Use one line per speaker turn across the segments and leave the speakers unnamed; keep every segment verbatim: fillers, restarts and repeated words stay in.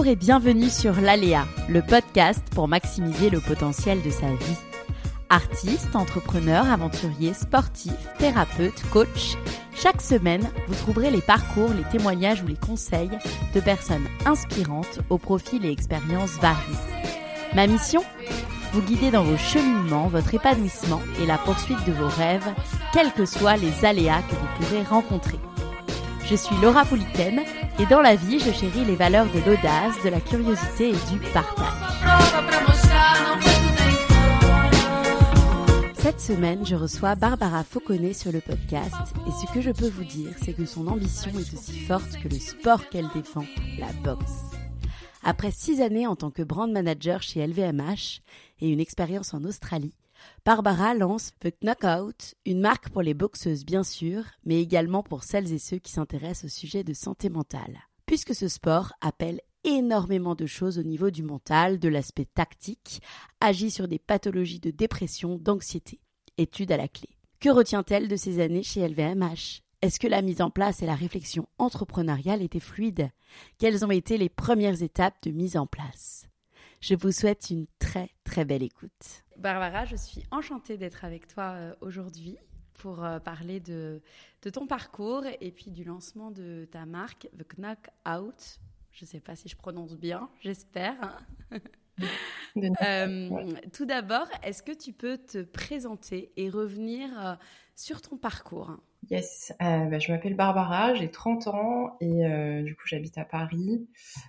et bienvenue sur l'Aléa, le podcast pour maximiser le potentiel de sa vie. Artiste, entrepreneur, aventurier, sportif, thérapeute, coach, chaque semaine, vous trouverez les parcours, les témoignages ou les conseils de personnes inspirantes aux profils et expériences variés. Ma mission ? Vous guider dans vos cheminements, votre épanouissement et la poursuite de vos rêves, quels que soient les aléas que vous pourrez rencontrer. Je suis Laura Pouliken et dans la vie, je chéris les valeurs de l'audace, de la curiosité et du partage. Cette semaine, je reçois Barbara Fauconnet sur le podcast et ce que je peux vous dire, c'est que son ambition est aussi forte que le sport qu'elle défend, la boxe. Après six années en tant que brand manager chez L V M H et une expérience en Australie, Barbara lance The Knockout, une marque pour les boxeuses bien sûr, mais également pour celles et ceux qui s'intéressent au sujet de santé mentale. Puisque ce sport appelle énormément de choses au niveau du mental, de l'aspect tactique, agit sur des pathologies de dépression, d'anxiété. Étude à la clé. Que retient-elle de ces années chez L V M H ? Est-ce que la mise en place et la réflexion entrepreneuriale étaient fluides ? Quelles ont été les premières étapes de mise en place ? Je vous souhaite une très très belle écoute. Barbara, je suis enchantée d'être avec toi euh, aujourd'hui pour euh, parler de, de ton parcours et puis du lancement de ta marque The Knockout. Je ne sais pas si je prononce bien, j'espère. euh, tout d'abord, est-ce que tu peux te présenter et revenir euh, sur ton parcours ?
Yes, euh, bah, je m'appelle Barbara, j'ai trente ans et euh, du coup j'habite à Paris.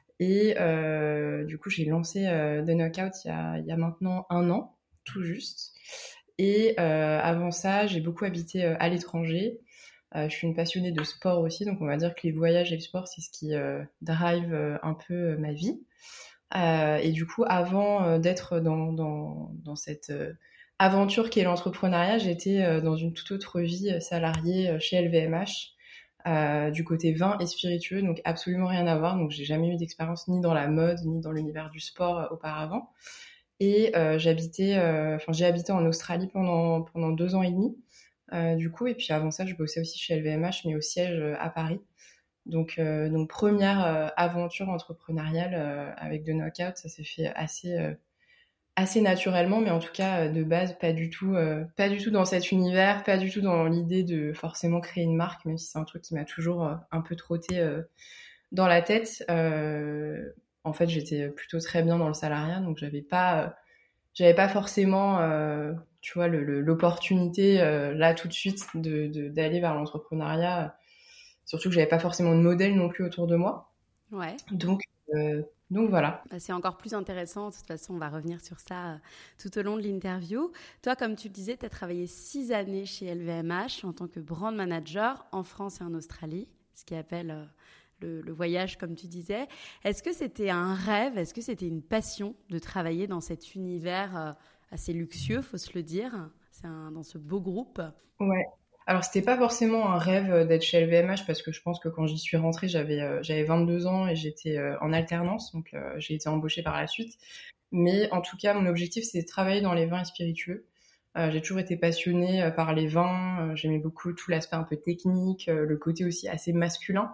Et euh, du coup, j'ai lancé euh, The Knockout il y, a, il y a maintenant un an, tout juste. Et euh, avant ça, j'ai beaucoup habité euh, à l'étranger. Euh, je suis une passionnée de sport aussi, donc on va dire que les voyages et le sport, c'est ce qui euh, drive euh, un peu euh, ma vie. Euh, et du coup, avant euh, d'être dans, dans, dans cette euh, aventure qui est l'entrepreneuriat, j'étais euh, dans une toute autre vie euh, salariée euh, chez L V M H. Euh, du côté vin et spiritueux, donc absolument rien à voir. Donc j'ai jamais eu d'expérience ni dans la mode ni dans l'univers du sport euh, auparavant. Et euh, j'habitais, enfin euh, j'ai habité en Australie pendant pendant deux ans et demi. Euh, du coup, et puis avant ça, je bossais aussi chez L V M H, mais au siège euh, à Paris. Donc euh, donc première euh, aventure entrepreneuriale euh, avec The Knockout, ça s'est fait assez euh, assez naturellement, mais en tout cas de base pas du tout euh, pas du tout dans cet univers, pas du tout dans l'idée de forcément créer une marque, même si c'est un truc qui m'a toujours euh, un peu trotté euh, dans la tête. Euh, en fait, j'étais plutôt très bien dans le salariat, donc j'avais pas euh, j'avais pas forcément euh, tu vois le, le, l'opportunité euh, là tout de suite de, de d'aller vers l'entrepreneuriat, surtout que j'avais pas forcément de modèle non plus autour de moi.
Ouais.
Donc euh, Donc voilà.
C'est encore plus intéressant. De toute façon, on va revenir sur ça euh, tout au long de l'interview. Toi, comme tu le disais, tu as travaillé six années chez L V M H en tant que brand manager en France et en Australie, ce qui appelle euh, le, le voyage, comme tu disais. Est-ce que c'était un rêve ? Est-ce que c'était une passion de travailler dans cet univers euh, assez luxueux, faut se le dire, c'est un, dans ce beau groupe ?
Ouais. Alors, c'était pas forcément un rêve d'être chez L V M H parce que je pense que quand j'y suis rentrée, j'avais, euh, j'avais vingt-deux ans et j'étais euh, en alternance, donc euh, j'ai été embauchée par la suite. Mais en tout cas, mon objectif, c'est de travailler dans les vins et spiritueux. Euh, j'ai toujours été passionnée euh, par les vins, euh, j'aimais beaucoup tout l'aspect un peu technique, euh, le côté aussi assez masculin.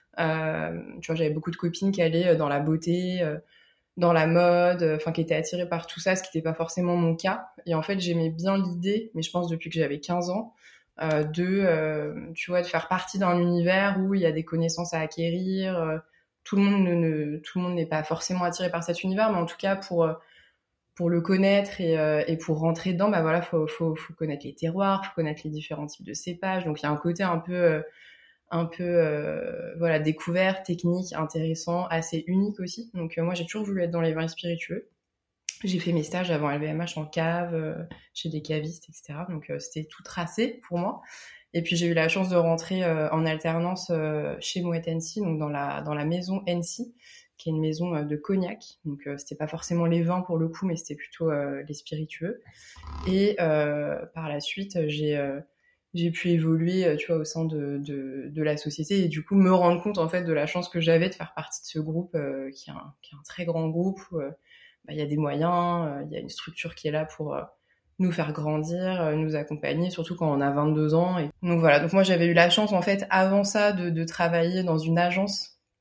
Euh, tu vois, j'avais beaucoup de copines qui allaient dans la beauté, euh, dans la mode, enfin qui étaient attirées par tout ça, ce qui n'était pas forcément mon cas. Et en fait, j'aimais bien l'idée, mais je pense depuis que j'avais quinze ans, Euh, de euh, tu vois de faire partie d'un univers où il y a des connaissances à acquérir, euh, tout le monde ne, ne tout le monde n'est pas forcément attiré par cet univers, mais en tout cas pour pour le connaître et euh, et pour rentrer dedans, bah voilà, faut faut faut connaître les terroirs, faut connaître les différents types de cépages. Donc il y a un côté un peu euh, un peu euh, voilà, découverte, technique, intéressant, assez unique aussi. Donc euh, moi j'ai toujours voulu être dans les vins spiritueux. J'ai fait mes stages avant L V M H en cave, euh, chez des cavistes, et cetera. Donc euh, c'était tout tracé pour moi. Et puis j'ai eu la chance de rentrer euh, en alternance euh, chez Moët Hennessy, donc dans la dans la maison Hennessy, qui est une maison euh, de cognac. Donc euh, c'était pas forcément les vins pour le coup, mais c'était plutôt euh, les spiritueux. Et euh, par la suite, j'ai euh, j'ai pu évoluer, tu vois, au sein de de de la société et du coup me rendre compte en fait de la chance que j'avais de faire partie de ce groupe euh, qui est un qui est un très grand groupe où euh, bah, y a des moyens, il euh, y a une structure qui est là pour euh, nous faire grandir, euh, nous accompagner, surtout quand on a vingt-deux ans. Et donc voilà, donc moi j'avais eu la chance en fait avant ça de, de travailler dans une agence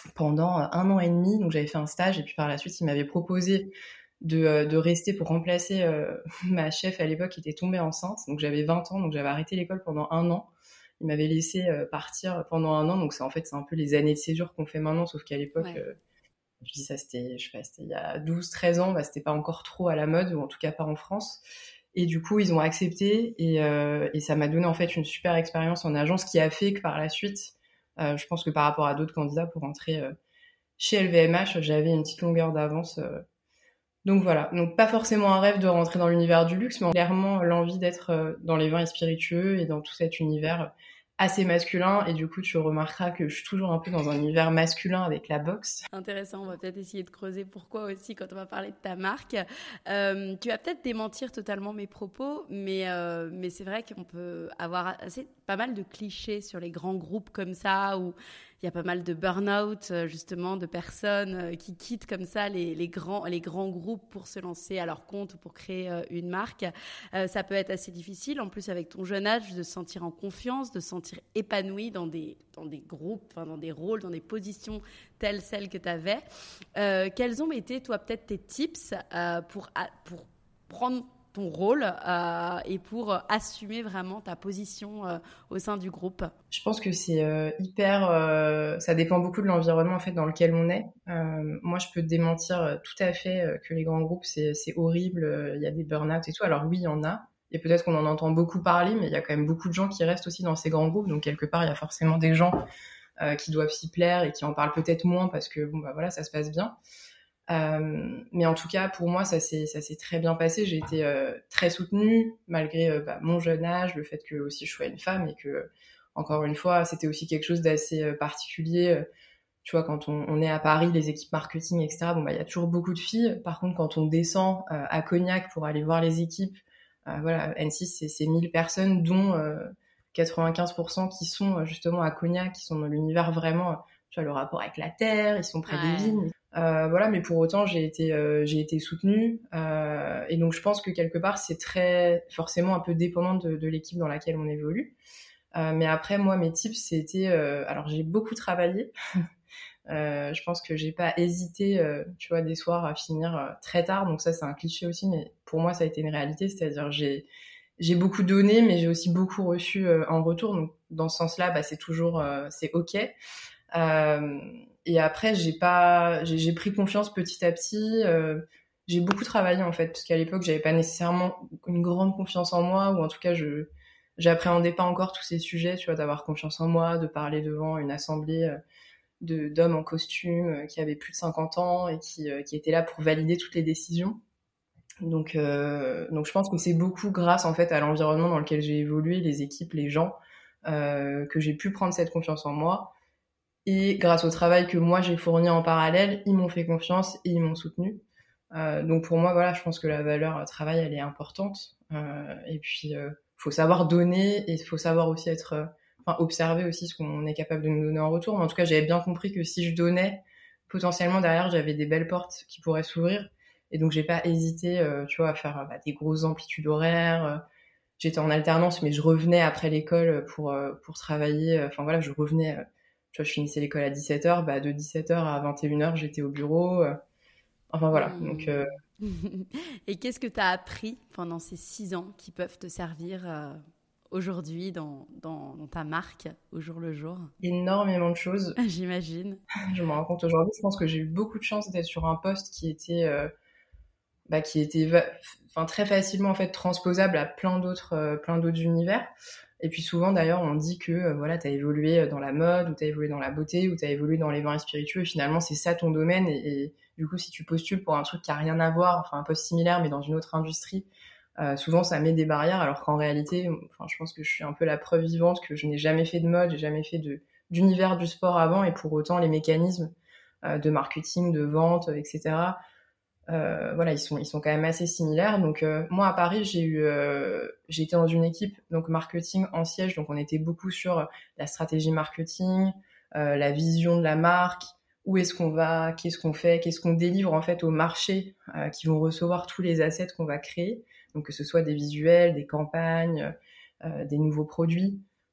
pendant un an et demi. Donc j'avais fait un stage et puis par la suite, il m'avait proposé de, de rester pour remplacer euh, ma chef à l'époque qui était tombée enceinte. Donc j'avais vingt ans, donc j'avais arrêté l'école pendant un an. Il m'avait laissé euh, partir pendant un an. Donc c'est en fait, c'est un peu les années de séjour qu'on fait maintenant, sauf qu'à l'époque, ouais. euh, je dis ça, c'était, je sais pas, c'était il y a douze treize ans, bah, c'était pas encore trop à la mode, ou en tout cas pas en France. Et du coup, ils ont accepté et, euh, et ça m'a donné en fait une super expérience en agence qui a fait que par la suite, euh, je pense que par rapport à d'autres candidats pour entrer euh, chez L V M H, j'avais une petite longueur d'avance. Euh. Donc voilà, donc pas forcément un rêve de rentrer dans l'univers du luxe, mais clairement l'envie d'être euh, dans les vins et spiritueux et dans tout cet univers assez masculin. Et du coup, tu remarqueras que je suis toujours un peu dans un univers masculin avec la boxe.
Intéressant, on va peut-être essayer de creuser pourquoi aussi quand on va parler de ta marque. Euh, tu vas peut-être démentir totalement mes propos, mais, euh, mais c'est vrai qu'on peut avoir assez, pas mal de clichés sur les grands groupes comme ça, où il y a pas mal de burn-out, justement, de personnes qui quittent comme ça les, les, grands, les grands groupes pour se lancer à leur compte ou pour créer une marque. Euh, ça peut être assez difficile, en plus avec ton jeune âge, de se sentir en confiance, de se sentir épanoui dans des, dans des groupes, enfin, dans des rôles, dans des positions telles celles que tu avais. Euh, quels ont été, toi, peut-être tes tips euh, pour, pour prendre ton rôle euh, et pour assumer vraiment ta position euh, au sein du groupe?
Je pense que c'est euh, hyper... Euh, ça dépend beaucoup de l'environnement en fait, dans lequel on est. Euh, moi, je peux te démentir euh, tout à fait euh, que les grands groupes, c'est, c'est horrible, il euh, y a des burn-out et tout. Alors oui, il y en a. Et peut-être qu'on en entend beaucoup parler, mais il y a quand même beaucoup de gens qui restent aussi dans ces grands groupes. Donc quelque part, il y a forcément des gens euh, qui doivent s'y plaire et qui en parlent peut-être moins parce que bon, bah, voilà, ça se passe bien. Euh, mais en tout cas, pour moi, ça s'est, ça s'est très bien passé. J'ai été euh, très soutenue, malgré euh, bah, mon jeune âge, le fait que aussi je sois une femme et que, encore une fois, c'était aussi quelque chose d'assez euh, particulier. Tu vois, quand on, on est à Paris, les équipes marketing, et cetera, bon, bah, il y a toujours beaucoup de filles. Par contre, quand on descend euh, à Cognac pour aller voir les équipes, euh, voilà, N six, c'est, c'est mille personnes, dont euh, quatre-vingt-quinze pour cent qui sont justement à Cognac, qui sont dans l'univers vraiment, tu vois, le rapport avec la terre, ils sont près ouais. des vignes. Euh, voilà, mais pour autant, j'ai été, euh, j'ai été soutenue. Euh, et donc, je pense que quelque part, c'est très forcément un peu dépendant de, de l'équipe dans laquelle on évolue. Euh, mais après, moi, mes tips, c'était... Euh, alors, j'ai beaucoup travaillé. euh, je pense que j'ai pas hésité, euh, tu vois, des soirs à finir euh, très tard. Donc ça, c'est un cliché aussi, mais pour moi, ça a été une réalité. C'est-à-dire, j'ai, j'ai beaucoup donné, mais j'ai aussi beaucoup reçu euh, en retour. Donc, dans ce sens-là, bah, c'est toujours... Euh, c'est OK. Euh, et après, j'ai pas, j'ai, j'ai pris confiance petit à petit. Euh, j'ai beaucoup travaillé en fait, parce qu'à l'époque, j'avais pas nécessairement une grande confiance en moi, ou en tout cas, je, j'appréhendais pas encore tous ces sujets, tu vois, d'avoir confiance en moi, de parler devant une assemblée de, d'hommes en costume qui avaient plus de cinquante ans et qui, qui étaient là pour valider toutes les décisions. Donc, euh, donc, je pense que c'est beaucoup grâce en fait à l'environnement dans lequel j'ai évolué, les équipes, les gens, euh, que j'ai pu prendre cette confiance en moi. Et grâce au travail que moi j'ai fourni en parallèle, ils m'ont fait confiance et ils m'ont soutenu. Euh, donc pour moi, voilà, je pense que la valeur travail, elle est importante. Euh, et puis, euh, faut savoir donner et il faut savoir aussi être, euh, enfin, observer aussi ce qu'on est capable de nous donner en retour. Mais en tout cas, j'avais bien compris que si je donnais, potentiellement derrière, j'avais des belles portes qui pourraient s'ouvrir. Et donc, j'ai pas hésité, euh, tu vois, à faire bah, des grosses amplitudes horaires. J'étais en alternance, mais je revenais après l'école pour euh, pour travailler. Enfin voilà, je revenais. Euh, Tu vois, je finissais l'école à dix-sept heures, bah, de dix-sept heures à vingt et une heures, j'étais au bureau. Euh, enfin, voilà. Mmh. Donc, euh...
Et qu'est-ce que tu as appris pendant ces six ans qui peuvent te servir euh, aujourd'hui dans, dans, dans ta marque, au jour le jour?
Énormément de choses.
J'imagine.
Je me rends compte aujourd'hui. Je pense que j'ai eu beaucoup de chance d'être sur un poste qui était, euh, bah, qui était va- enfin, très facilement en fait, transposable à plein d'autres, euh, plein d'autres univers. Et puis souvent, d'ailleurs, on dit que euh, voilà, tu as évolué dans la mode, ou tu as évolué dans la beauté, ou tu as évolué dans les vins spiritueux, et finalement, c'est ça ton domaine. Et, et du coup, si tu postules pour un truc qui n'a rien à voir, enfin un poste similaire, mais dans une autre industrie, euh, souvent, ça met des barrières, alors qu'en réalité, enfin, je pense que je suis un peu la preuve vivante que je n'ai jamais fait de mode, j'ai jamais fait de, d'univers du sport avant, et pour autant, les mécanismes euh, de marketing, de vente, et cetera, Euh, voilà, ils sont ils sont quand même assez similaires. Donc euh, moi à Paris, j'ai eu euh, j'ai été dans une équipe donc marketing en siège, donc on était beaucoup sur la stratégie marketing, euh, la vision de la marque, où est-ce qu'on va, qu'est-ce qu'on fait, qu'est-ce qu'on délivre en fait au marché euh, qui vont recevoir tous les assets qu'on va créer, donc que ce soit des visuels, des campagnes, euh, des nouveaux produits.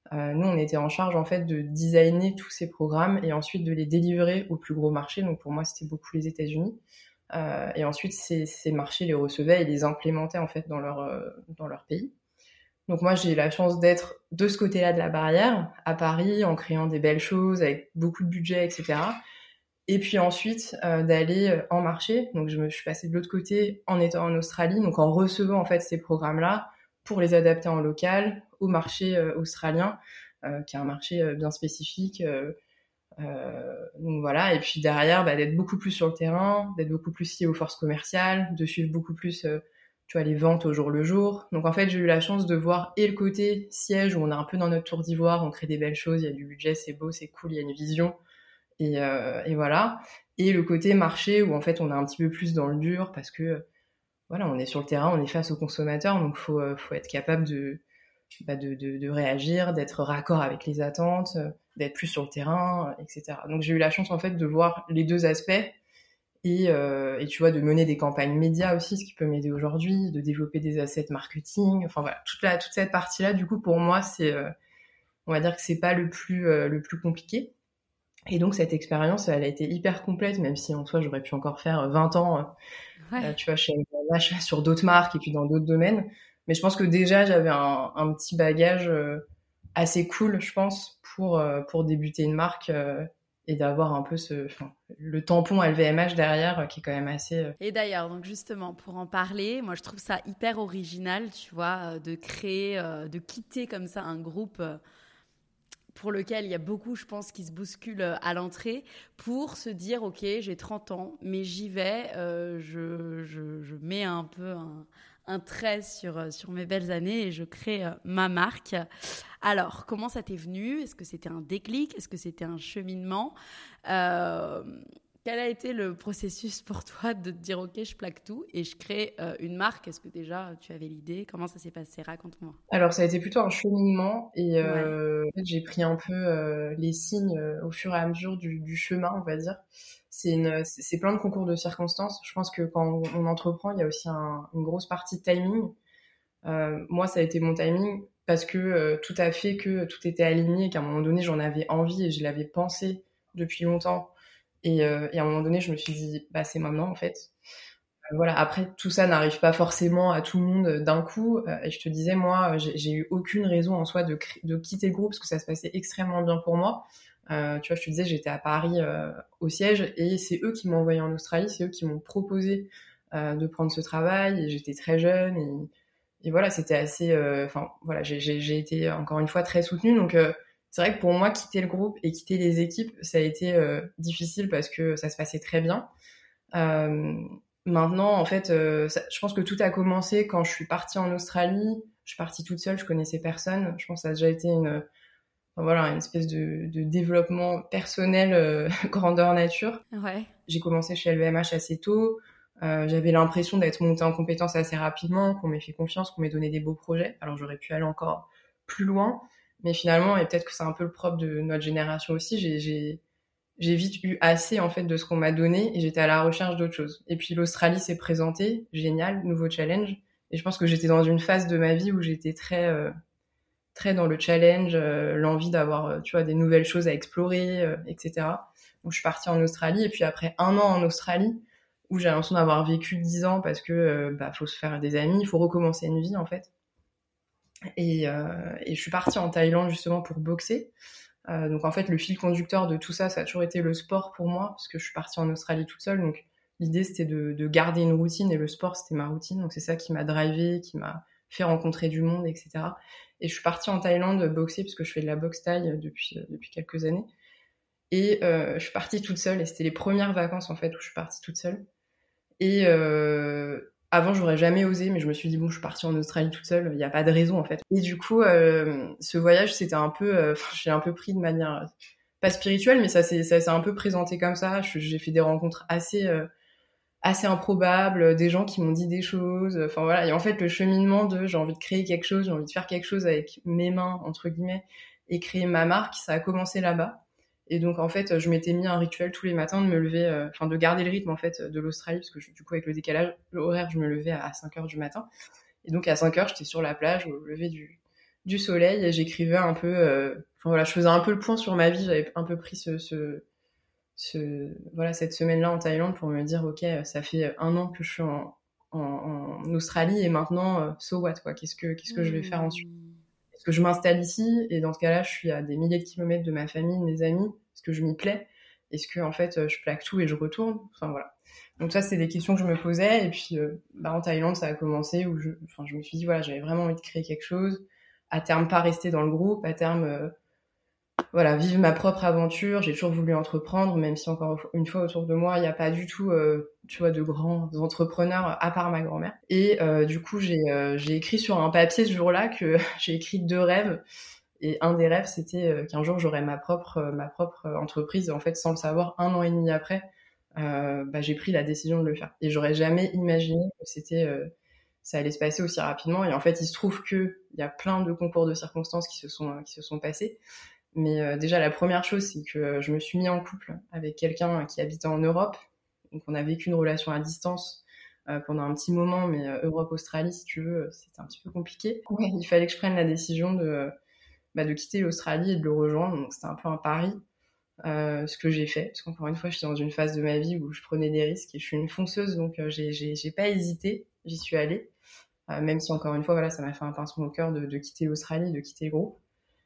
Euh, nous, on était en charge en fait de designer tous ces programmes et ensuite de les délivrer aux plus gros marchés. Donc pour moi, c'était beaucoup les États-Unis. Euh, et ensuite, ces, ces marchés les recevaient et les implémentaient en fait dans leur euh, dans leur pays. Donc moi, j'ai eu la chance d'être de ce côté-là de la barrière, à Paris, en créant des belles choses avec beaucoup de budget, et cetera. Et puis ensuite euh, d'aller en marché. Donc je me suis passée de l'autre côté en étant en Australie, donc en recevant en fait ces programmes-là pour les adapter en local au marché euh, australien, euh, qui est un marché euh, bien spécifique. Euh, euh, donc voilà. Et puis derrière, bah, d'être beaucoup plus sur le terrain, d'être beaucoup plus lié aux forces commerciales, de suivre beaucoup plus, euh, tu vois, les ventes au jour le jour. Donc en fait, j'ai eu la chance de voir et le côté siège où on est un peu dans notre tour d'ivoire, on crée des belles choses, il y a du budget, c'est beau, c'est cool, il y a une vision. Et, euh, et voilà. Et le côté marché où en fait on est un petit peu plus dans le dur parce que voilà, on est sur le terrain, on est face aux consommateurs, donc faut euh, faut être capable de bah, de, de de réagir, d'être raccord avec les attentes, d'être plus sur le terrain, et cetera. Donc j'ai eu la chance en fait de voir les deux aspects et euh, et tu vois de mener des campagnes médias aussi, ce qui peut m'aider aujourd'hui, de développer des assets marketing. Enfin voilà, toute la toute cette partie là, du coup pour moi c'est euh, on va dire que c'est pas le plus euh, le plus compliqué. Et donc cette expérience, elle a été hyper complète, même si en soi j'aurais pu encore faire vingt ans,
Ouais.
euh, tu vois, chez L V M H, sur d'autres marques et puis dans d'autres domaines. Mais je pense que déjà j'avais un, un petit bagage euh, assez cool, je pense, pour euh, pour débuter une marque euh, et d'avoir un peu ce, enfin, le tampon L V M H derrière, euh, qui est quand même assez. Euh...
Et d'ailleurs, donc justement, pour en parler, moi je trouve ça hyper original, tu vois, euh, de créer, euh, de quitter comme ça un groupe. Euh, pour lequel il y a beaucoup, je pense, qui se bousculent à l'entrée, pour se dire, ok, j'ai trente ans, mais j'y vais, euh, je, je, je mets un peu un, un trait sur, sur mes belles années et je crée euh, ma marque. Alors, comment ça t'est venu ? Est-ce que c'était un déclic ? Est-ce que c'était un cheminement ? euh, Quel a été le processus pour toi de te dire, ok, je plaque tout et je crée euh, une marque ? Est-ce que déjà tu avais l'idée ? Comment ça s'est passé ? Raconte-moi.
Alors ça a été plutôt un cheminement et euh,
Ouais.
en fait, j'ai pris un peu euh, les signes euh, au fur et à mesure du, du chemin, on va dire. C'est une, c'est, c'est plein de concours de circonstances. Je pense que quand on, on entreprend, il y a aussi un, une grosse partie de timing. Euh, moi, ça a été mon timing parce que euh, tout a fait que tout était aligné et qu'à un moment donné, j'en avais envie et je l'avais pensé depuis longtemps. Et, euh, et à un moment donné, je me suis dit, bah c'est maintenant en fait. Euh, voilà. Après, tout ça n'arrive pas forcément à tout le monde d'un coup. Euh, et je te disais, moi, j'ai, j'ai eu aucune raison en soi de, cr- de quitter le groupe parce que ça se passait extrêmement bien pour moi. Euh, tu vois, je te disais, j'étais à Paris euh, au siège et c'est eux qui m'ont envoyé en Australie, c'est eux qui m'ont proposé euh, de prendre ce travail. Et j'étais très jeune et, et voilà, c'était assez. Enfin, euh, voilà, j'ai, j'ai, j'ai été encore une fois très soutenue. Donc, euh, c'est vrai que pour moi, quitter le groupe et quitter les équipes, ça a été euh, difficile parce que ça se passait très bien. Euh, Maintenant, en fait, euh, ça, je pense que tout a commencé quand je suis partie en Australie. Je suis partie toute seule, je connaissais personne. Je pense que ça a déjà été une, enfin, voilà, une espèce de, de développement personnel euh, grandeur nature.
Ouais.
J'ai commencé chez L V M H assez tôt. Euh, j'avais l'impression d'être montée en compétence assez rapidement, qu'on m'ait fait confiance, qu'on m'ait donné des beaux projets. Alors j'aurais pu aller encore plus loin, mais finalement, et peut-être que c'est un peu le propre de notre génération aussi, j'ai, j'ai j'ai vite eu assez en fait de ce qu'on m'a donné et j'étais à la recherche d'autre chose. Et puis l'Australie s'est présentée, génial, nouveau challenge. Et je pense que j'étais dans une phase de ma vie où j'étais très euh, très dans le challenge, euh, l'envie d'avoir euh, tu vois des nouvelles choses à explorer, euh, et cetera. Donc je suis partie en Australie et puis après un an en Australie où j'ai l'impression d'avoir vécu dix ans parce que euh, bah faut se faire des amis, il faut recommencer une vie en fait. Et, euh, et je suis partie en Thaïlande justement pour boxer. Euh, donc en fait, le fil conducteur de tout ça, ça a toujours été le sport pour moi, parce que je suis partie en Australie toute seule. Donc l'idée, c'était de, de garder une routine, et le sport, c'était ma routine. Donc c'est ça qui m'a drivé, qui m'a fait rencontrer du monde, et cetera. Et je suis partie en Thaïlande boxer, parce que je fais de la boxe thaï depuis, depuis quelques années. Et euh, je suis partie toute seule, et c'était les premières vacances, en fait, où je suis partie toute seule. Et euh, avant, j'aurais jamais osé, mais je me suis dit, bon, je suis partie en Australie toute seule, il n'y a pas de raison, en fait. Et du coup, euh, ce voyage, c'était un peu... Euh, j'ai un peu pris de manière... Euh, pas spirituelle, mais ça s'est, ça s'est un peu présenté comme ça. Je, j'ai fait des rencontres assez... Euh, assez improbables, des gens qui m'ont dit des choses. Enfin, voilà. Et en fait, le cheminement de j'ai envie de créer quelque chose, j'ai envie de faire quelque chose avec mes mains, entre guillemets, et créer ma marque, ça a commencé là-bas. Et donc, en fait, je m'étais mis un rituel tous les matins de me lever, enfin, euh, de garder le rythme, en fait, de l'Australie, parce que je, du coup, avec le décalage horaire, je me levais à cinq heures du matin. Et donc, à cinq heures, j'étais sur la plage, au lever du, du soleil et j'écrivais un peu. Euh, enfin voilà, je faisais un peu le point sur ma vie. J'avais un peu pris ce, ce, ce voilà cette semaine-là en Thaïlande pour me dire ok, ça fait un an que je suis en, en, en Australie et maintenant, euh, so what quoi. Qu'est-ce que qu'est-ce que je vais faire ensuite? Est-ce que je m'installe ici et dans ce cas-là, je suis à des milliers de kilomètres de ma famille, de mes amis? Est-ce que je m'y plais? Est-ce que en fait, je plaque tout et je retourne? Enfin voilà. Donc ça, c'est des questions que je me posais. Et puis, euh, bah, en Thaïlande, ça a commencé où je, enfin, je me suis dit voilà, j'avais vraiment envie de créer quelque chose. À terme, pas rester dans le groupe. À terme, euh, voilà, vivre ma propre aventure. J'ai toujours voulu entreprendre, même si encore une fois autour de moi, il n'y a pas du tout, euh, tu vois, de grands entrepreneurs à part ma grand-mère. Et euh, du coup, j'ai, euh, j'ai écrit sur un papier ce jour-là que j'ai écrit deux rêves. Et un des rêves, c'était qu'un jour j'aurais ma propre ma propre entreprise. Et en fait, sans le savoir, un an et demi après, euh, bah, j'ai pris la décision de le faire. Et j'aurais jamais imaginé que c'était euh, ça allait se passer aussi rapidement. Et en fait, il se trouve que il y a plein de concours de circonstances qui se sont qui se sont passés. Mais euh, déjà, la première chose, c'est que je me suis mis en couple avec quelqu'un qui habitait en Europe. Donc, on a vécu une relation à distance euh, pendant un petit moment, mais euh, Europe-Australie, si tu veux, c'était un petit peu compliqué. Ouais, il fallait que je prenne la décision de Bah, de quitter l'Australie et de le rejoindre. Donc c'était un peu un pari, euh, ce que j'ai fait. Parce qu'encore une fois, j'étais dans une phase de ma vie où je prenais des risques et je suis une fonceuse, donc euh, j'ai, j'ai, j'ai pas hésité, j'y suis allée. Euh, même si encore une fois, voilà, ça m'a fait un pincement au cœur de, de quitter l'Australie, de quitter le groupe.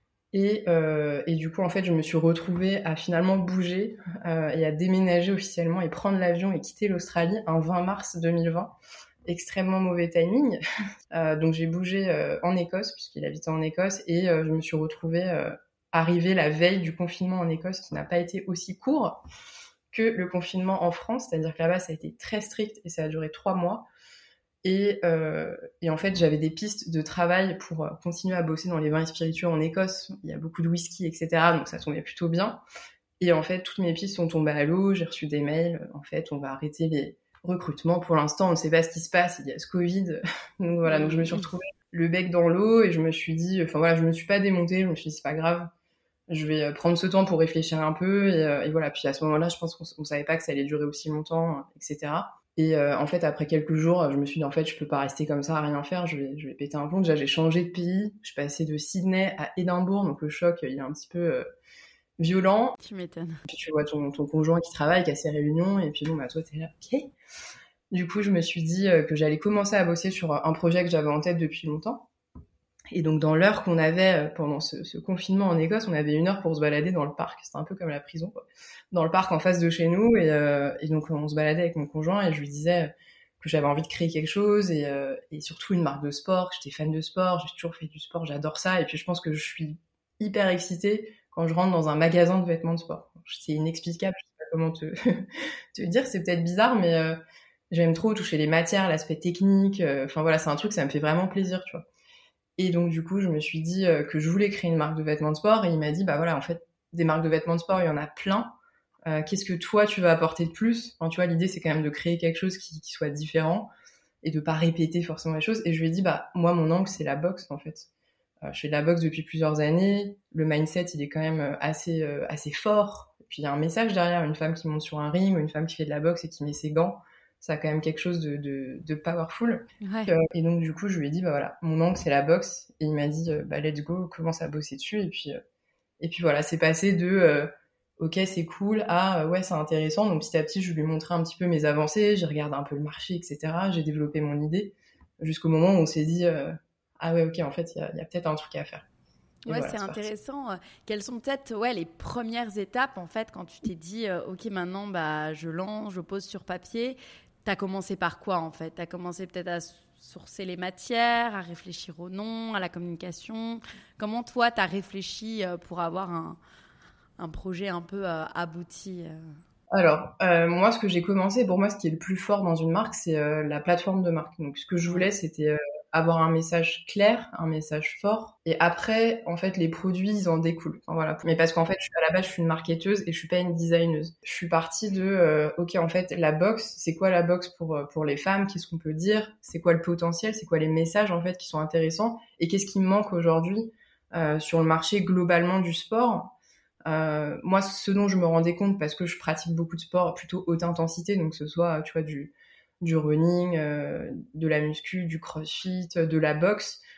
Et, euh, et du coup, en fait, je me suis retrouvée à finalement bouger euh, et à déménager officiellement et prendre l'avion et quitter l'Australie un vingt mars deux mille vingt. Extrêmement mauvais timing. Euh, donc j'ai bougé euh, en Écosse, puisqu'il habitait en Écosse, et euh, je me suis retrouvée euh, arrivée la veille du confinement en Écosse, qui n'a pas été aussi court que le confinement en France, c'est-à-dire que là-bas, ça a été très strict et ça a duré trois mois. Et, euh, et en fait, j'avais des pistes de travail pour continuer à bosser dans les vins et spiritueux en Écosse. Il y a beaucoup de whisky, et cetera. Donc ça tombait plutôt bien. Et en fait, toutes mes pistes sont tombées à l'eau. J'ai reçu des mails. En fait, on va arrêter les recrutements. Pour l'instant, on ne sait pas ce qui se passe. Il y a ce Covid. Donc voilà. Donc je me suis retrouvée le bec dans l'eau et je me suis dit, enfin voilà, je me suis pas démontée. Je me suis dit, c'est pas grave. Je vais prendre ce temps pour réfléchir un peu. Et, et voilà. Puis à ce moment-là, je pense qu'on ne savait pas que ça allait durer aussi longtemps, et cetera. Et euh, en fait, après quelques jours, je me suis dit, en fait, je peux pas rester comme ça à rien faire, je vais, je vais péter un plomb. Déjà, j'ai changé de pays, je suis passée de Sydney à Édimbourg, donc le choc, il est un petit peu euh, violent.
Tu m'étonnes.
Puis tu vois ton, ton conjoint qui travaille, qui a ses réunions, et puis bon, bah toi, t'es là, ok. Du coup, je me suis dit euh, que j'allais commencer à bosser sur un projet que j'avais en tête depuis longtemps. Et donc, dans l'heure qu'on avait pendant ce, ce confinement en Écosse, on avait une heure pour se balader dans le parc. C'était un peu comme la prison, quoi. Dans le parc en face de chez nous. Et, euh, et donc, on se baladait avec mon conjoint et je lui disais que j'avais envie de créer quelque chose et, euh, et surtout une marque de sport. J'étais fan de sport, j'ai toujours fait du sport, j'adore ça. Et puis, je pense que je suis hyper excitée quand je rentre dans un magasin de vêtements de sport. C'est inexplicable, je sais pas comment te, te dire. C'est peut-être bizarre, mais euh, j'aime trop toucher les matières, l'aspect technique. Enfin, euh, voilà, c'est un truc, ça me fait vraiment plaisir, tu vois. Et donc, du coup, je me suis dit euh, que je voulais créer une marque de vêtements de sport. Et il m'a dit, bah voilà, en fait, des marques de vêtements de sport, il y en a plein. Euh, qu'est-ce que toi, tu vas apporter de plus? Enfin, tu vois, l'idée, c'est quand même de créer quelque chose qui, qui soit différent et de pas répéter forcément les choses. Et je lui ai dit, bah, moi, mon angle, c'est la boxe, en fait. Euh, je fais de la boxe depuis plusieurs années. Le mindset, il est quand même assez, euh, assez fort. Et puis, il y a un message derrière. Une femme qui monte sur un ring ou une femme qui fait de la boxe et qui met ses gants, ça a quand même quelque chose de, de, de powerful.
Ouais.
Euh, et donc, du coup, je lui ai dit, bah voilà, mon angle, c'est la boxe. Et il m'a dit, euh, bah let's go, commence à bosser dessus. Et puis, euh, et puis voilà, c'est passé de, euh, ok, c'est cool, à, euh, ouais, c'est intéressant. Donc, petit à petit, je lui ai montré un petit peu mes avancées. J'ai regardé un peu le marché, et cetera. J'ai développé mon idée jusqu'au moment où on s'est dit, euh, ah ouais, ok, en fait, il y a, y a peut-être un truc à faire.
Et ouais, voilà, c'est, c'est intéressant. Parti. Quelles sont peut-être ouais, les premières étapes, en fait, quand tu t'es dit, euh, ok, maintenant, bah, je lance, je pose sur papier. T'as commencé par quoi, en fait? T'as commencé peut-être à sourcer les matières, à réfléchir au nom, à la communication. Comment, toi, t'as réfléchi pour avoir un, un projet un peu euh, abouti?
Alors, euh, moi, ce que j'ai commencé, pour moi, ce qui est le plus fort dans une marque, c'est euh, la plateforme de marque. Donc, ce que je voulais, c'était euh, avoir un message clair, un message fort. Et après, en fait, les produits, ils en découlent. Enfin, voilà. Mais parce qu'en fait, je suis, à la base, je suis une marketeuse et je suis pas une designeuse. Je suis partie de, euh, ok, en fait, la boxe, c'est quoi la boxe pour pour les femmes? Qu'est-ce qu'on peut dire? C'est quoi le potentiel? C'est quoi les messages, en fait, qui sont intéressants? Et qu'est-ce qui me manque aujourd'hui euh, sur le marché globalement du sport? Euh, moi, ce dont je me rendais compte, parce que je pratique beaucoup de sport plutôt haute intensité, donc que ce soit, tu vois, du, du running, euh, de la muscu, du crossfit, de la boxe,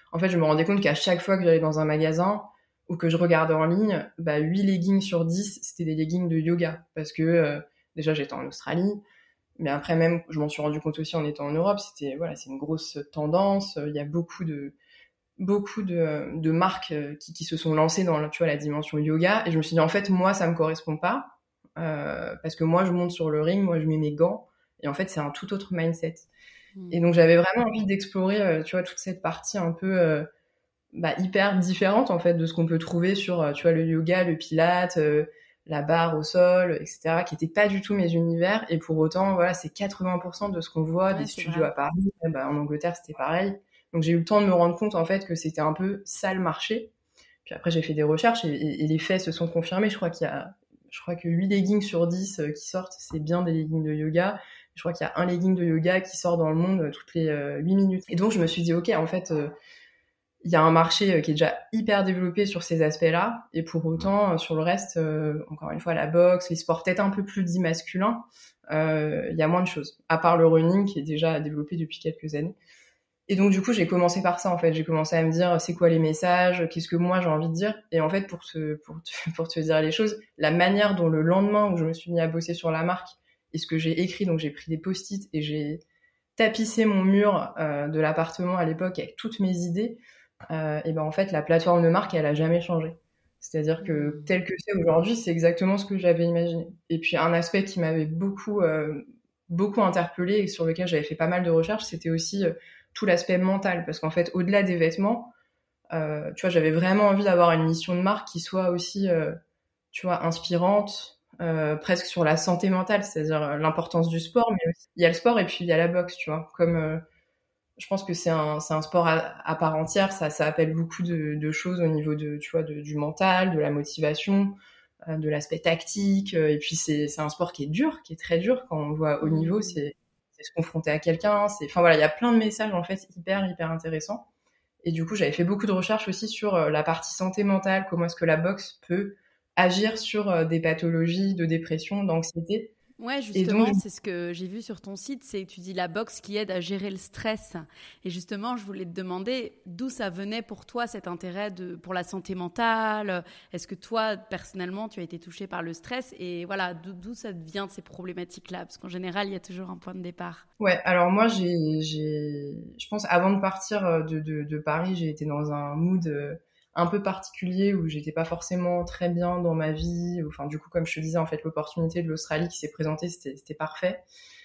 en fait, je me rendais compte qu'à chaque fois que j'allais dans un magasin ou que je regardais en ligne, bah, huit leggings sur dix, c'était des leggings de yoga. Parce que, euh, déjà, j'étais en Australie, mais après même, je m'en suis rendu compte aussi en étant en Europe, c'était, voilà, c'est une grosse tendance. Il y a beaucoup de, beaucoup de, de marques qui, qui se sont lancées dans, tu vois, la dimension yoga. Et je me suis dit, en fait, moi, ça me correspond pas. Euh, parce que moi, je monte sur le ring, moi, je mets mes gants. Et en fait, c'est un tout autre mindset. Mmh. Et donc, j'avais vraiment envie d'explorer, euh, tu vois, toute cette partie un peu euh, bah, hyper différente, en fait, de ce qu'on peut trouver sur, tu vois, le yoga, le pilate, euh, la barre au sol, et cetera, qui n'étaient pas du tout mes univers. Et pour autant, voilà, c'est quatre-vingts pour cent de ce qu'on voit, ouais, des studios vrai. À Paris. Bah, en Angleterre, c'était pareil. Donc, j'ai eu le temps de me rendre compte, en fait, que c'était un peu ça le marché. Puis après, j'ai fait des recherches et, et, et les faits se sont confirmés. Je crois qu'il y a, je crois que huit leggings sur dix qui sortent, c'est bien des leggings de yoga. Je crois qu'il y a un legging de yoga qui sort dans le monde toutes les euh, huit minutes. Et donc, je me suis dit, OK, en fait, euh, il y a un marché qui est déjà hyper développé sur ces aspects-là. Et pour autant, sur le reste, euh, encore une fois, la boxe, les sports peut-être un peu plus dits masculins, euh, il y a moins de choses. À part le running qui est déjà développé depuis quelques années. Et donc, du coup, j'ai commencé par ça, en fait. J'ai commencé à me dire, c'est quoi les messages? Qu'est-ce que moi, j'ai envie de dire? Et en fait, pour te, pour te, pour te dire les choses, la manière dont le lendemain où je me suis mis à bosser sur la marque et ce que j'ai écrit, donc j'ai pris des post-it et j'ai tapissé mon mur euh, de l'appartement à l'époque avec toutes mes idées, euh, et ben en fait, la plateforme de marque, elle a jamais changé. C'est-à-dire que tel que c'est aujourd'hui, c'est exactement ce que j'avais imaginé. Et puis, un aspect qui m'avait beaucoup, euh, beaucoup interpellée et sur lequel j'avais fait pas mal de recherches, c'était aussi... Euh, tout l'aspect mental, parce qu'en fait, au-delà des vêtements, euh, tu vois, j'avais vraiment envie d'avoir une mission de marque qui soit aussi, euh, tu vois, inspirante, euh, presque sur la santé mentale, c'est-à-dire l'importance du sport, mais aussi, il y a le sport et puis il y a la boxe, tu vois, comme euh, je pense que c'est un, c'est un sport à, à part entière, ça, ça appelle beaucoup de, de choses au niveau de, tu vois, de, du mental, de la motivation, euh, de l'aspect tactique, euh, et puis c'est, c'est un sport qui est dur, qui est très dur, quand on voit au niveau, c'est c'est se confronter à quelqu'un, c'est, enfin voilà, il y a plein de messages en fait hyper hyper intéressants. Et du coup, j'avais fait beaucoup de recherches aussi sur euh, la partie santé mentale, comment est-ce que la boxe peut agir sur euh, des pathologies de dépression, d'anxiété.
Ouais, justement, donc, c'est ce que j'ai vu sur ton site, c'est que tu dis la boxe qui aide à gérer le stress. Et justement, je voulais te demander d'où ça venait pour toi cet intérêt de, pour la santé mentale. Est-ce que toi, personnellement, tu as été touché par le stress? Et voilà, d'où, d'où ça vient de ces problématiques-là? Parce qu'en général, il y a toujours un point de départ.
Ouais, alors moi, j'ai, j'ai, je pense, avant de partir de, de, de Paris, j'ai été dans un mood un peu particulier où j'étais pas forcément très bien dans ma vie. Enfin, du coup, comme je te disais, en fait, l'opportunité de l'Australie qui s'est présentée, c'était, c'était parfait.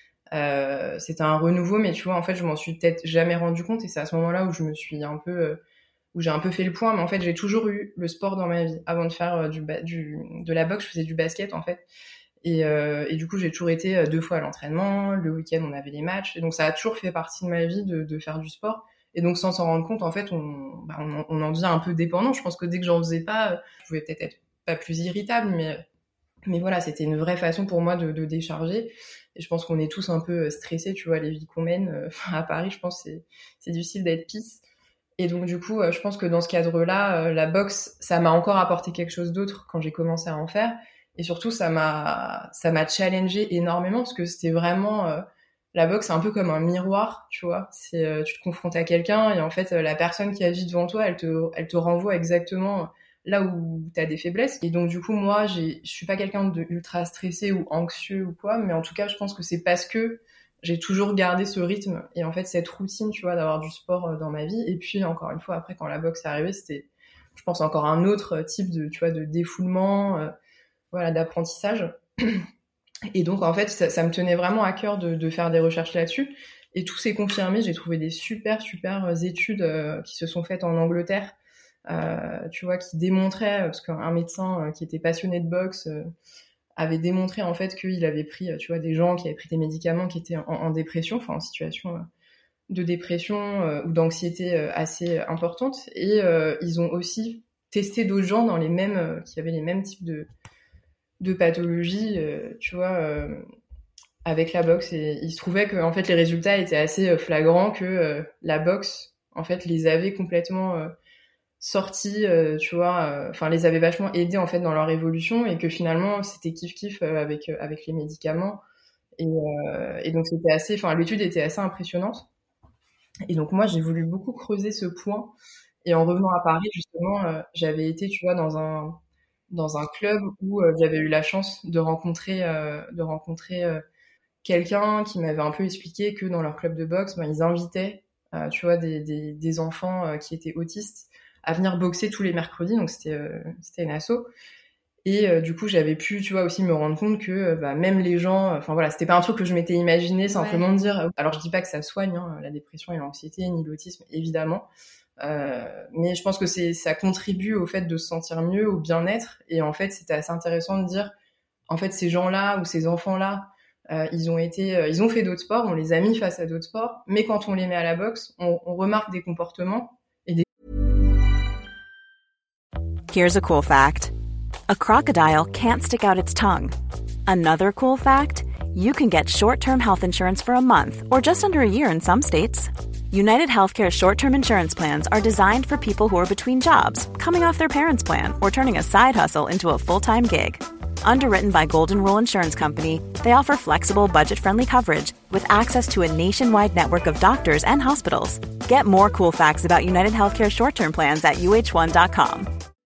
Euh, c'était un renouveau, mais tu vois, en fait, je m'en suis peut-être jamais rendu compte et c'est à ce moment-là où je me suis un peu, euh, où j'ai un peu fait le point. Mais en fait, j'ai toujours eu le sport dans ma vie. Avant de faire euh, du, ba- du, de la boxe, je faisais du basket, en fait. Et, euh, et du coup, j'ai toujours été deux fois à l'entraînement. Le week-end, on avait les matchs. Et donc, ça a toujours fait partie de ma vie de, de faire du sport. Et donc, sans s'en rendre compte, en fait, on, bah, on, on en devient un peu dépendant. Je pense que dès que j'en faisais pas, je pouvais peut-être être pas plus irritable, mais, mais voilà, c'était une vraie façon pour moi de, de décharger. Et je pense qu'on est tous un peu stressés, tu vois, les vies qu'on mène. Enfin, à Paris, je pense que c'est, c'est difficile d'être peace. Et donc, du coup, je pense que dans ce cadre-là, la boxe, ça m'a encore apporté quelque chose d'autre quand j'ai commencé à en faire. Et surtout, ça m'a, ça m'a challengé énormément parce que c'était vraiment, euh, la boxe, c'est un peu comme un miroir, tu vois. C'est, euh, tu te confrontes à quelqu'un et en fait, la personne qui agit devant toi, elle te, elle te renvoie exactement là où t'as des faiblesses. Et donc, du coup, moi, j'ai, je suis pas quelqu'un de ultra stressé ou anxieux ou quoi, mais en tout cas, je pense que c'est parce que j'ai toujours gardé ce rythme et en fait, cette routine, tu vois, d'avoir du sport dans ma vie. Et puis, encore une fois, après, quand la boxe est arrivée, c'était, je pense, encore un autre type de, tu vois, de défoulement, euh, voilà, d'apprentissage. Et donc, en fait, ça, ça me tenait vraiment à cœur de, de faire des recherches là-dessus. Et tout s'est confirmé. J'ai trouvé des super, super études euh, qui se sont faites en Angleterre, euh, tu vois, qui démontraient, parce qu'un médecin euh, qui était passionné de boxe euh, avait démontré, en fait, qu'il avait pris, tu vois, des gens qui avaient pris des médicaments qui étaient en, en dépression, enfin, en situation euh, de dépression euh, ou d'anxiété euh, assez importante. Et euh, ils ont aussi testé d'autres gens dans les mêmes, euh, qui avaient les mêmes types de de pathologie, euh, tu vois, euh, avec la boxe. Et il se trouvait que en fait les résultats étaient assez flagrants, que euh, la boxe en fait les avait complètement euh, sortis, euh, tu vois, enfin euh, les avait vachement aidés en fait dans leur évolution et que finalement c'était kiff kiff euh, avec euh, avec les médicaments. Et, euh, et donc c'était assez, enfin l'étude était assez impressionnante. Et donc moi, j'ai voulu beaucoup creuser ce point. Et en revenant à Paris, justement, euh, j'avais été, tu vois, dans un dans un club où euh, j'avais eu la chance de rencontrer euh, de rencontrer euh, quelqu'un qui m'avait un peu expliqué que dans leur club de boxe, ben, ils invitaient, euh, tu vois, des, des, des enfants euh, qui étaient autistes à venir boxer tous les mercredis. Donc c'était euh, c'était une asso. Et euh, du coup, j'avais pu, tu vois, aussi me rendre compte que euh, bah, même les gens, enfin voilà, c'était pas un truc que je m'étais imaginé simplement
Ouais.
de dire. Alors je dis pas que ça soigne hein, la dépression et l'anxiété, ni l'autisme, évidemment. Euh, mais je pense que c'est ça contribue au fait de se sentir mieux, au bien-être. Et en fait, c'était assez intéressant de dire, en fait, ces gens-là ou ces enfants-là, euh, ils ont été, euh, ils ont fait d'autres sports, on les a mis face à d'autres sports, mais quand on les met à la boxe, on, on remarque des comportements et des...
Here's a cool fact. A crocodile can't stick out its tongue. Another cool fact, you can get short-term health insurance for a month or just under a year in some states. United Healthcare short-term insurance plans are designed for people who are between jobs, coming off their parents' plan, or turning a side hustle into a full-time gig. Underwritten by Golden Rule Insurance Company, they offer flexible, budget-friendly coverage with access to a nationwide network of doctors and hospitals. Get more cool facts about United Healthcare short-term plans at U H one dot com.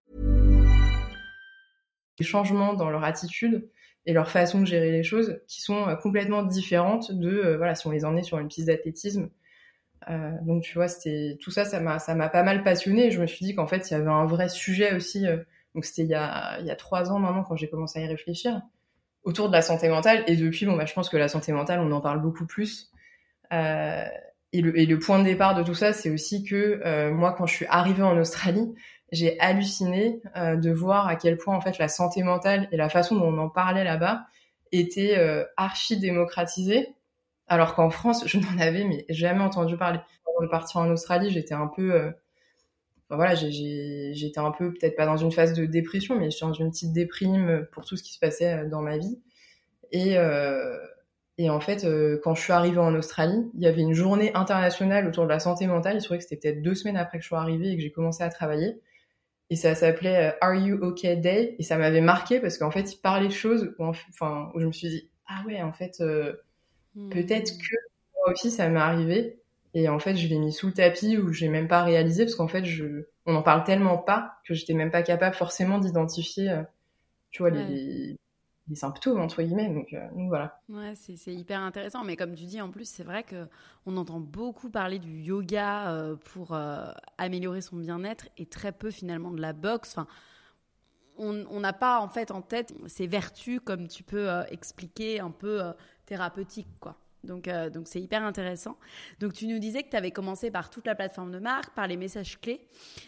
des changements dans leur attitude et leur façon de gérer les choses qui sont euh, complètement différentes de, euh, voilà, si on les emmenait sur une piste d'athlétisme. Euh, donc tu vois, c'était tout ça, ça m'a, ça m'a pas mal passionnée. Et je me suis dit qu'en fait, il y avait un vrai sujet aussi. Euh, donc c'était il y a, il y a trois ans maintenant quand j'ai commencé à y réfléchir autour de la santé mentale. Et depuis, bon bah, je pense que la santé mentale, on en parle beaucoup plus. Euh, et, le, et le point de départ de tout ça, c'est aussi que euh, moi, quand je suis arrivée en Australie, j'ai halluciné euh, de voir à quel point en fait la santé mentale et la façon dont on en parlait là-bas était euh, archi démocratisée. Alors qu'en France, je n'en avais mais jamais entendu parler. Avant de partir en Australie, j'étais un peu, euh, enfin, voilà, j'ai, j'ai, j'étais un peu peut-être pas dans une phase de dépression, mais j'étais dans une petite déprime pour tout ce qui se passait dans ma vie. Et, euh, et en fait, euh, quand je suis arrivée en Australie, il y avait une journée internationale autour de la santé mentale. Il se trouvait que c'était peut-être deux semaines après que je sois arrivée et que j'ai commencé à travailler. Et ça s'appelait euh, Are You Okay Day. Et ça m'avait marqué parce qu'en fait, ils parlaient de choses où, enfin, où je me suis dit, ah ouais, en fait, euh, mmh. peut-être que moi aussi, ça m'est arrivé. Et en fait, je l'ai mis sous le tapis ou j'ai même pas réalisé parce qu'en fait, je, on en parle tellement pas que j'étais même pas capable forcément d'identifier, euh, tu vois, ouais. les, les symptômes, entre guillemets. Donc, euh, donc voilà.
Ouais, c'est, c'est hyper intéressant. Mais comme tu dis, en plus, c'est vrai qu'on entend beaucoup parler du yoga euh, pour euh, améliorer son bien-être et très peu finalement de la boxe. Enfin, on n'a pas en fait en tête ces vertus comme tu peux euh, expliquer un peu euh, thérapeutiques, quoi. Donc, euh, donc c'est hyper intéressant. Donc tu nous disais que tu avais commencé par toute la plateforme de marque, par les messages clés.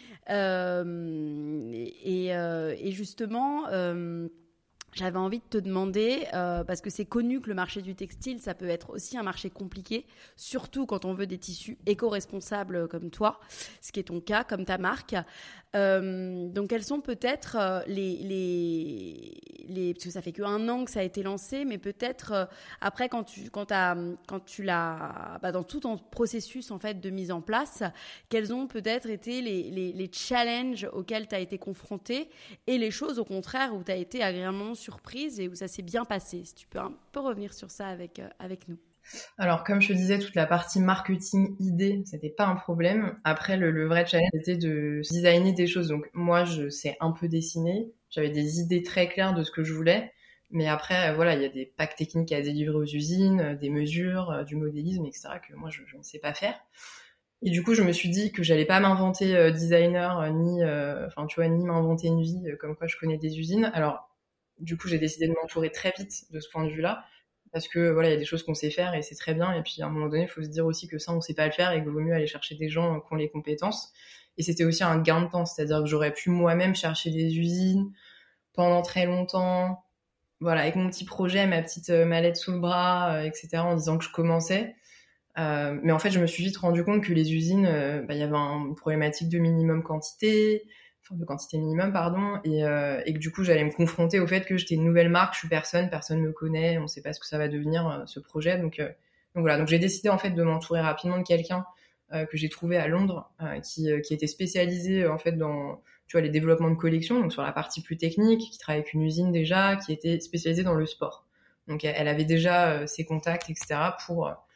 Euh, et, euh, et justement... Euh, J'avais envie de te demander, euh, parce que c'est connu que le marché du textile, ça peut être aussi un marché compliqué, surtout quand on veut des tissus éco-responsables comme toi, ce qui est ton cas, comme ta marque. Euh, donc, quels sont peut-être euh, les, les, les... Parce que ça fait qu'un an que ça a été lancé, mais peut-être euh, après, quand tu, quand t'as, quand tu l'as... Bah, dans tout ton processus en fait, de mise en place, quels ont peut-être été les, les, les challenges auxquels tu as été confronté et les choses, au contraire, où tu as été agréablement surprise et où ça s'est bien passé. Si tu peux un peu revenir sur ça avec, euh, avec nous.
Alors, comme je te disais, toute la partie marketing, idée, c'était pas un problème. Après, le, le vrai challenge, c'était de designer des choses. Donc, moi, je sais un peu dessiner. J'avais des idées très claires de ce que je voulais. Mais après, voilà, il y a des packs techniques à délivrer aux usines, des mesures, du modélisme, et cetera, que moi, je, je ne sais pas faire. Et du coup, je me suis dit que j'allais pas m'inventer euh, designer, euh, ni, enfin, euh, tu vois, ni m'inventer une vie euh, comme quoi je connais des usines. Alors, du coup, j'ai décidé de m'entourer très vite de ce point de vue-là. Parce que voilà, il y a des choses qu'on sait faire et c'est très bien. Et puis à un moment donné, il faut se dire aussi que ça, on sait pas le faire et qu'il vaut mieux aller chercher des gens qui ont les compétences. Et c'était aussi un gain de temps, c'est-à-dire que j'aurais pu moi-même chercher des usines pendant très longtemps, voilà, avec mon petit projet, ma petite mallette sous le bras, euh, et cetera, en disant que je commençais. Euh, mais en fait, je me suis vite rendu compte que les usines, euh, bah, y avait un, une problématique de minimum quantité, de quantité minimum, pardon, et, euh, et que du coup, j'allais me confronter au fait que j'étais une nouvelle marque, je suis personne, personne me connaît, on sait pas ce que ça va devenir, euh, ce projet. Donc, euh, donc voilà, donc j'ai décidé en fait de m'entourer rapidement de quelqu'un euh, que j'ai trouvé à Londres, euh, qui, euh, qui était spécialisé en fait dans, tu vois, les développements de collection, donc sur la partie plus technique, qui travaille avec une usine déjà, qui était spécialisée dans le sport. Donc elle avait déjà euh, ses contacts, et cetera, pour,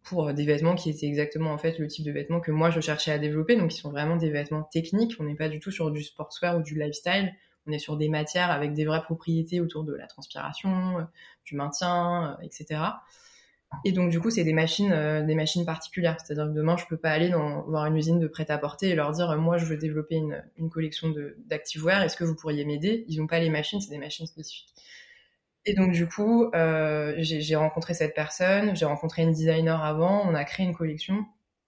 pour des vêtements qui étaient exactement en fait le type de vêtements que moi je cherchais à développer, donc qui sont vraiment des vêtements techniques. On n'est pas du tout sur du sportswear ou du lifestyle, on est sur des matières avec des vraies propriétés autour de la transpiration, du maintien, et cetera. Et donc du coup c'est des machines, euh, des machines particulières, c'est-à-dire que demain je peux pas aller dans, voir une usine de prêt-à-porter et leur dire euh, moi je veux développer une, une collection de, d'activewear, est-ce que vous pourriez m'aider? Ils ont pas les machines, c'est des machines spécifiques. Et donc du coup, euh, j'ai, j'ai rencontré cette personne, j'ai rencontré une designer avant, on a créé une collection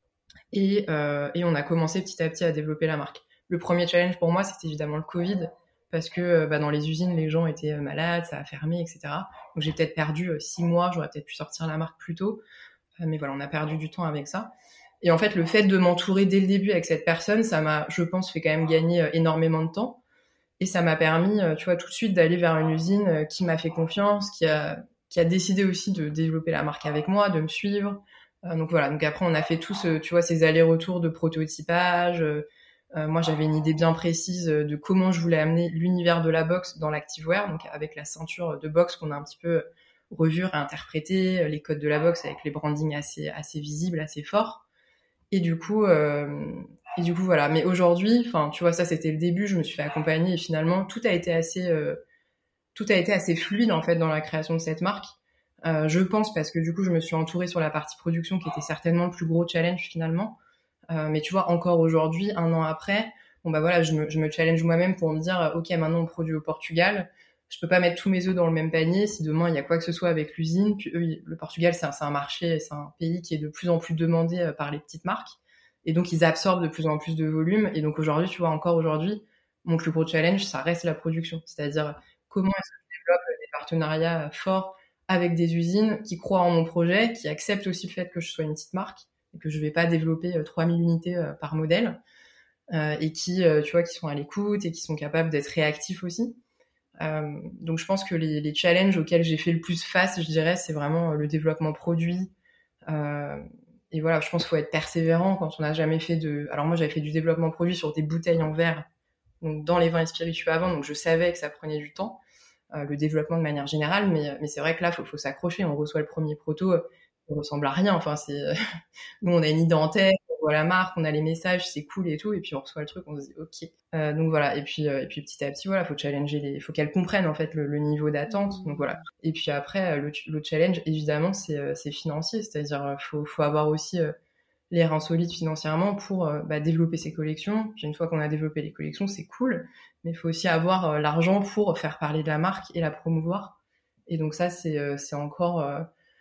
et, euh, et on a commencé petit à petit à développer la marque. Le premier challenge pour moi, c'était évidemment le Covid, parce que bah, dans les usines, les gens étaient malades, ça a fermé, et cetera. Donc j'ai peut-être perdu euh, six mois, j'aurais peut-être pu sortir la marque plus tôt, euh, mais voilà, on a perdu du temps avec ça. Et en fait, le fait de m'entourer dès le début avec cette personne, ça m'a, je pense, fait quand même gagner euh, énormément de temps. Et ça m'a permis, tu vois, tout de suite d'aller vers une usine qui m'a fait confiance, qui a, qui a décidé aussi de développer la marque avec moi, de me suivre. Euh, donc voilà. Donc après, on a fait tous, tu vois, ces allers-retours de prototypage. Euh, moi, j'avais une idée bien précise de comment je voulais amener l'univers de la boxe dans l'activewear, donc avec la ceinture de boxe qu'on a un petit peu revue, réinterprétée, les codes de la boxe avec les brandings assez, assez visibles, assez forts. Et du coup, euh, et du coup voilà. Mais aujourd'hui, enfin, tu vois, ça c'était le début. Je me suis fait accompagner et finalement tout a été assez, euh, tout a été assez fluide en fait dans la création de cette marque. Euh, je pense parce que du coup, je me suis entourée sur la partie production qui était certainement le plus gros challenge finalement. Euh, mais tu vois, encore aujourd'hui, un an après, bon bah voilà, je me, je me challenge moi-même pour me dire, ok, maintenant on produit au Portugal. Je peux pas mettre tous mes œufs dans le même panier. Si demain il y a quoi que ce soit avec l'usine, puis eux, le Portugal c'est un, c'est un marché, c'est un pays qui est de plus en plus demandé par les petites marques, et donc ils absorbent de plus en plus de volume. Et donc aujourd'hui, tu vois, encore aujourd'hui, mon plus gros challenge, ça reste la production, c'est-à-dire comment est-ce que je développe des partenariats forts avec des usines qui croient en mon projet, qui acceptent aussi le fait que je sois une petite marque et que je vais pas développer trois mille unités par modèle, euh, et qui, tu vois, qui sont à l'écoute et qui sont capables d'être réactifs aussi. Euh, donc je pense que les, les challenges auxquels j'ai fait le plus face, je dirais, c'est vraiment le développement produit. Euh, et voilà, je pense qu'il faut être persévérant quand on n'a jamais fait de... Alors moi, j'avais fait du développement produit sur des bouteilles en verre, donc dans les vins et spiritueux avant, donc je savais que ça prenait du temps, euh, le développement de manière générale, mais, mais c'est vrai que là, il faut, faut s'accrocher. On reçoit le premier proto, il ressemble à rien. Enfin, c'est... Nous, on a une idée en tête, on voit la marque, on a les messages, c'est cool et tout, et puis on reçoit le truc, on se dit ok. Euh, donc voilà, et puis euh, et puis petit à petit, voilà, faut challenger les, faut qu'elles comprennent en fait le, le niveau d'attente. Donc voilà. Et puis après, le, le challenge, évidemment, c'est c'est financier, c'est-à-dire faut faut avoir aussi euh, les reins solides financièrement pour euh, bah, développer ses collections. Puis une fois qu'on a développé les collections, c'est cool, mais il faut aussi avoir euh, l'argent pour faire parler de la marque et la promouvoir. Et donc ça, c'est euh, c'est encore euh,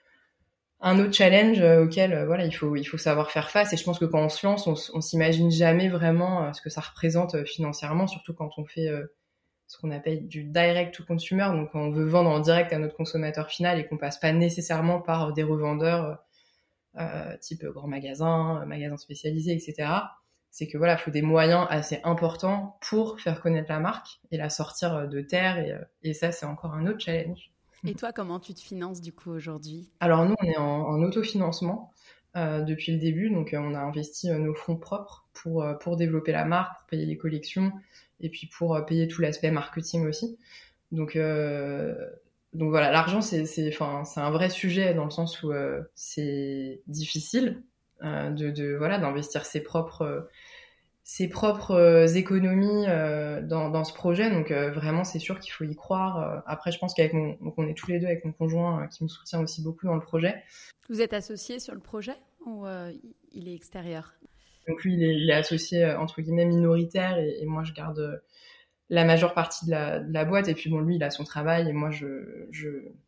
un autre challenge euh, auquel euh, voilà, il faut il faut savoir faire face. Et je pense que quand on se lance, on, on s'imagine jamais vraiment euh, ce que ça représente euh, financièrement, surtout quand on fait euh, ce qu'on appelle du direct to consumer, donc quand on veut vendre en direct à notre consommateur final et qu'on passe pas nécessairement par euh, des revendeurs euh, type grand magasin, magasin spécialisé, et cetera. C'est que voilà, il faut des moyens assez importants pour faire connaître la marque et la sortir de terre. Et, et ça, c'est encore un autre challenge.
Et toi, comment tu te finances du coup aujourd'hui ?
Alors nous, on est en, en autofinancement euh, depuis le début, donc euh, on a investi euh, nos fonds propres pour euh, pour développer la marque, pour payer les collections et puis pour euh, payer tout l'aspect marketing aussi. Donc euh, donc voilà, l'argent c'est c'est enfin c'est un vrai sujet dans le sens où euh, c'est difficile euh, de de voilà d'investir ses propres euh, ses propres euh, économies euh, dans, dans ce projet. Donc euh, vraiment, c'est sûr qu'il faut y croire. Euh, après, je pense qu'avec mon, donc on est tous les deux avec mon conjoint euh, qui me soutient aussi beaucoup dans le projet.
Vous êtes associés sur le projet ou euh, il est extérieur ?
Donc lui, il est, il est associé euh, entre guillemets minoritaire et, et moi, je garde euh, la majeure partie de la, de la boîte. Et puis bon, lui, il a son travail et moi, je, je,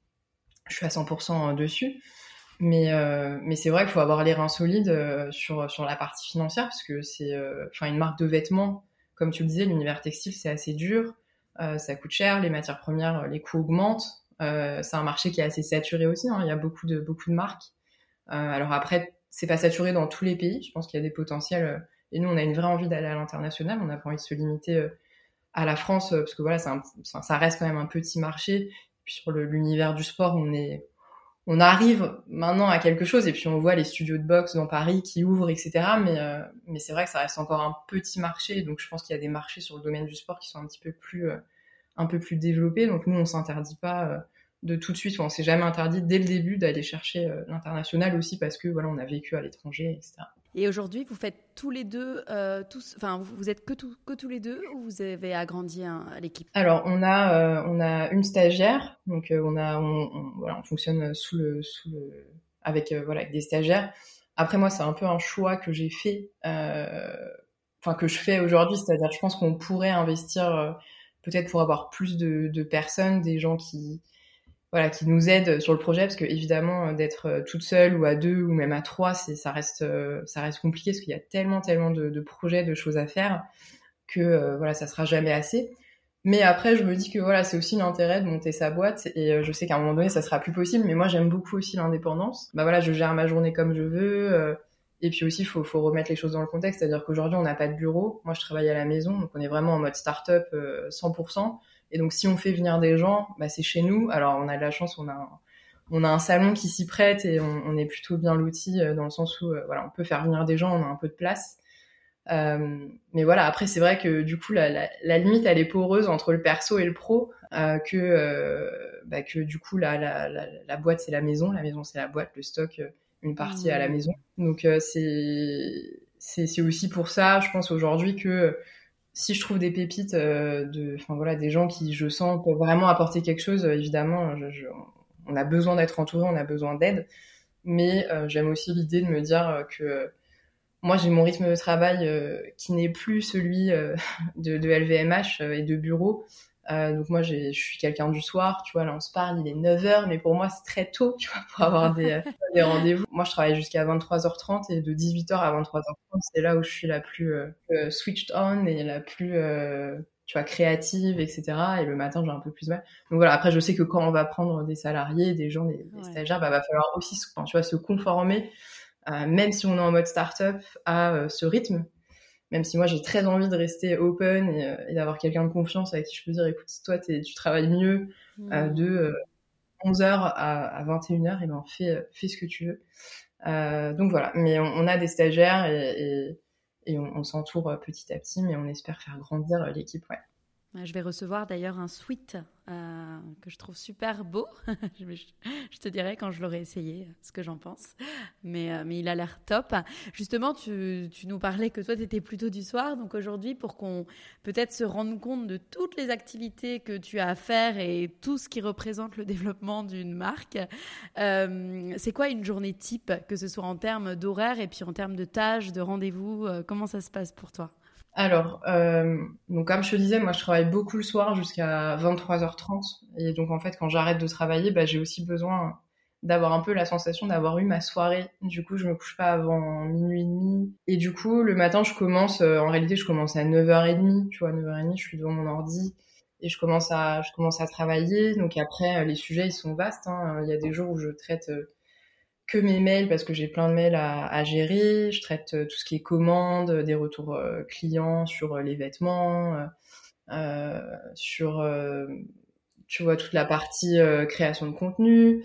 je suis à cent pour cent dessus. Mais euh, mais c'est vrai qu'il faut avoir les reins solides euh, sur sur la partie financière parce que c'est enfin euh, une marque de vêtements, comme tu le disais, l'univers textile c'est assez dur, euh, ça coûte cher, les matières premières, les coûts augmentent, euh, c'est un marché qui est assez saturé aussi, hein, il y a beaucoup de beaucoup de marques. Euh, alors après c'est pas saturé dans tous les pays, je pense qu'il y a des potentiels euh, et nous on a une vraie envie d'aller à l'international, on n'a pas envie de se limiter euh, à la France euh, parce que voilà c'est un, ça reste quand même un petit marché. Et puis sur le, l'univers du sport on est on arrive maintenant à quelque chose et puis on voit les studios de boxe dans Paris qui ouvrent, et cetera. Mais, euh, mais c'est vrai que ça reste encore un petit marché. Donc je pense qu'il y a des marchés sur le domaine du sport qui sont un petit peu plus, euh, un peu plus développés. Donc nous, on s'interdit pas euh, de tout de suite, on s'est jamais interdit dès le début d'aller chercher euh, l'international aussi parce que voilà, on a vécu à l'étranger, et cetera.
Et aujourd'hui, vous faites tous les deux, euh, tous, enfin, vous, vous êtes que, tout, que tous les deux ou vous avez agrandi un, l'équipe?
Alors, on a, euh, on a une stagiaire, donc euh, on a, on, on, voilà, on fonctionne sous le, sous le, avec, euh, voilà, avec des stagiaires. Après, moi, c'est un peu un choix que j'ai fait, euh, enfin que je fais aujourd'hui, c'est-à-dire, je pense qu'on pourrait investir euh, peut-être pour avoir plus de, de personnes, des gens qui voilà, qui nous aident sur le projet, parce que évidemment d'être toute seule ou à deux ou même à trois, c'est ça reste ça reste compliqué parce qu'il y a tellement tellement de, de projets, de choses à faire que euh, voilà, ça sera jamais assez. Mais après, je me dis que voilà, c'est aussi l'intérêt de monter sa boîte et euh, je sais qu'à un moment donné, ça sera plus possible. Mais moi, j'aime beaucoup aussi l'indépendance. Bah voilà, je gère ma journée comme je veux. Euh, et puis aussi, faut faut remettre les choses dans le contexte, c'est-à-dire qu'aujourd'hui, on n'a pas de bureau. Moi, je travaille à la maison, donc on est vraiment en mode start-up euh, cent pour cent. Et donc, si on fait venir des gens, bah, c'est chez nous. Alors, on a de la chance, on a un, on a un salon qui s'y prête et on, on est plutôt bien loti euh, dans le sens où, euh, voilà, on peut faire venir des gens, on a un peu de place. Euh, mais voilà, après, c'est vrai que du coup, la, la, la limite, elle est poreuse entre le perso et le pro, euh, que, euh, bah, que du coup, la, la, la, la boîte, c'est la maison, la maison, c'est la boîte, le stock, une partie mmh. à la maison. Donc, euh, c'est, c'est, c'est aussi pour ça, je pense aujourd'hui que si je trouve des pépites, euh, de, enfin voilà, des gens qui, je sens, peuvent vraiment apporter quelque chose, évidemment, je, je, on a besoin d'être entouré, on a besoin d'aide. Mais euh, j'aime aussi l'idée de me dire que moi, j'ai mon rythme de travail euh, qui n'est plus celui euh, de, de L V M H et de bureau. Euh, donc moi, j'ai, je suis quelqu'un du soir, tu vois, là on se parle, il est neuf heures, mais pour moi, c'est très tôt, tu vois, pour avoir des, euh, des rendez-vous. Moi, je travaille jusqu'à vingt-trois heures trente et de dix-huit heures à vingt-trois heures trente, c'est là où je suis la plus euh, switched on et la plus, euh, tu vois, créative, et cetera. Et le matin, j'ai un peu plus mal. Donc voilà, après, je sais que quand on va prendre des salariés, des gens, des, des ouais. stagiaires, bah, va falloir aussi, tu vois, se conformer, euh, même si on est en mode start-up, à euh, ce rythme. Même si moi, j'ai très envie de rester open et, euh, et d'avoir quelqu'un de confiance avec qui je peux dire, écoute, toi, t'es, tu travailles mieux euh, de euh, onze heures à, à vingt et une heures, et ben fais, fais ce que tu veux. Euh, donc voilà, mais on, on a des stagiaires et, et, et on, on s'entoure petit à petit, mais on espère faire grandir l'équipe, ouais.
Je vais recevoir d'ailleurs un sweat euh, que je trouve super beau. je, je te dirai quand je l'aurai essayé ce que j'en pense. Mais, euh, mais il a l'air top. Justement, tu, tu nous parlais que toi, tu étais plutôt du soir. Donc aujourd'hui, pour qu'on peut-être se rende compte de toutes les activités que tu as à faire et tout ce qui représente le développement d'une marque, euh, c'est quoi une journée type, que ce soit en termes d'horaire et puis en termes de tâches, de rendez-vous, euh, comment ça se passe pour toi ?
Alors, euh, donc comme je te disais, moi je travaille beaucoup le soir jusqu'à vingt-trois heures trente et donc en fait quand j'arrête de travailler, bah, j'ai aussi besoin d'avoir un peu la sensation d'avoir eu ma soirée. Du coup, je me couche pas avant minuit et demi et du coup le matin je commence, euh, en réalité je commence à neuf heures trente, tu vois, neuf heures trente, je suis devant mon ordi et je commence à je commence à travailler. Donc après les sujets ils sont vastes, hein. Il y a des jours où je traite euh, que mes mails parce que j'ai plein de mails à, à gérer. Je traite euh, tout ce qui est commandes, des retours euh, clients sur euh, les vêtements, euh, euh, sur, euh, tu vois, toute la partie euh, création de contenu.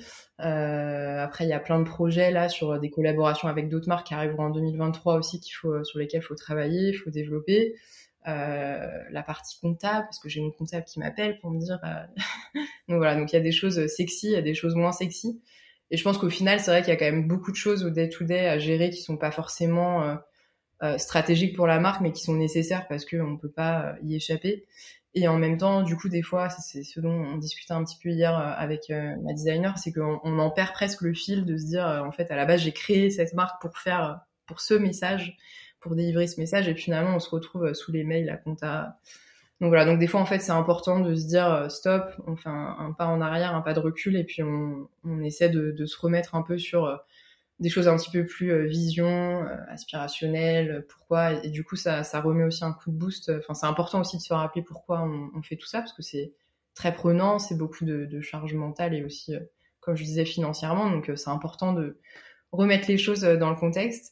Euh, après, il y a plein de projets là sur des collaborations avec d'autres marques qui arriveront en deux mille vingt-trois aussi, qu'il faut, sur lesquels il faut travailler, il faut développer. Euh, la partie comptable, parce que j'ai une comptable qui m'appelle pour me dire... Euh... donc voilà, donc il y a des choses sexy, il y a des choses moins sexy. Et je pense qu'au final, c'est vrai qu'il y a quand même beaucoup de choses au day-to-day à gérer qui sont pas forcément euh, euh, stratégiques pour la marque, mais qui sont nécessaires parce qu'on ne peut pas y échapper. Et en même temps, du coup, des fois, c'est, c'est ce dont on discutait un petit peu hier euh, avec euh, ma designer, c'est qu'on on en perd presque le fil de se dire, euh, en fait, à la base, j'ai créé cette marque pour faire, pour ce message, pour délivrer ce message, et puis finalement, on se retrouve sous les mails, la compta... Donc voilà, donc des fois en fait c'est important de se dire euh, stop, on fait un, un pas en arrière, un pas de recul et puis on, on essaie de, de se remettre un peu sur euh, des choses un petit peu plus euh, vision, euh, aspirationnelle, pourquoi, et, et du coup ça, ça remet aussi un coup de boost. Enfin c'est important aussi de se rappeler pourquoi on, on fait tout ça parce que c'est très prenant, c'est beaucoup de, de charge mentale et aussi euh, comme je disais financièrement, donc euh, c'est important de remettre les choses euh, dans le contexte.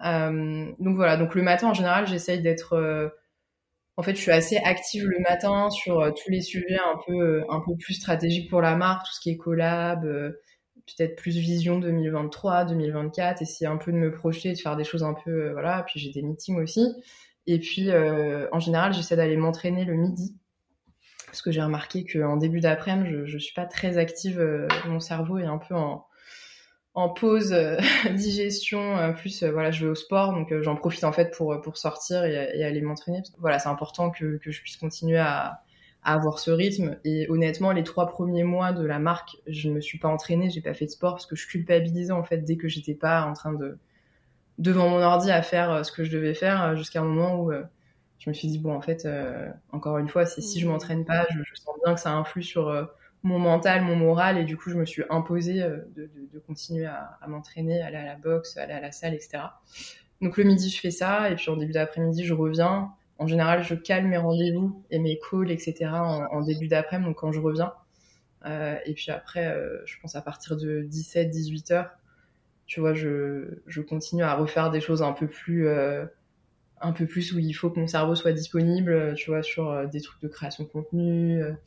Euh, donc voilà, donc le matin en général j'essaye d'être euh, En fait, je suis assez active le matin sur euh, tous les sujets un peu, euh, un peu plus stratégiques pour la marque, tout ce qui est collab, euh, peut-être plus vision deux mille vingt-trois, deux mille vingt-quatre, essayer un peu de me projeter, de faire des choses un peu, euh, voilà. Puis j'ai des meetings aussi. Et puis, euh, en général, j'essaie d'aller m'entraîner le midi. parce que j'ai remarqué qu'en début d'après-midi, je, je suis pas très active. Euh, mon cerveau est un peu en, en pause euh, digestion. Euh, plus, euh, voilà, je vais au sport, donc euh, j'en profite en fait pour pour sortir et, et aller m'entraîner. Parce que, voilà, c'est important que que je puisse continuer à à avoir ce rythme. Et honnêtement, les trois premiers mois de la marque, je me suis pas entraînée, j'ai pas fait de sport parce que je culpabilisais en fait dès que j'étais pas en train de devant mon ordi à faire ce que je devais faire, jusqu'à un moment où euh, je me suis dit bon en fait euh, encore une fois c'est si je m'entraîne pas, je, je sens bien que ça influe sur euh, mon mental, mon moral, et du coup je me suis imposée euh, de, de, de continuer à, à m'entraîner, aller à la boxe, aller à la salle, et cetera. Donc le midi je fais ça, et puis en début d'après-midi je reviens. En général je cale mes rendez-vous et mes calls, et cetera en, en début d'après-midi, donc quand je reviens. Euh, et puis après euh, je pense à partir de dix-sept dix-huit heures, tu vois, je, je continue à refaire des choses un peu plus euh, un peu plus où il faut que mon cerveau soit disponible, tu vois, sur euh, des trucs de création de contenu, euh,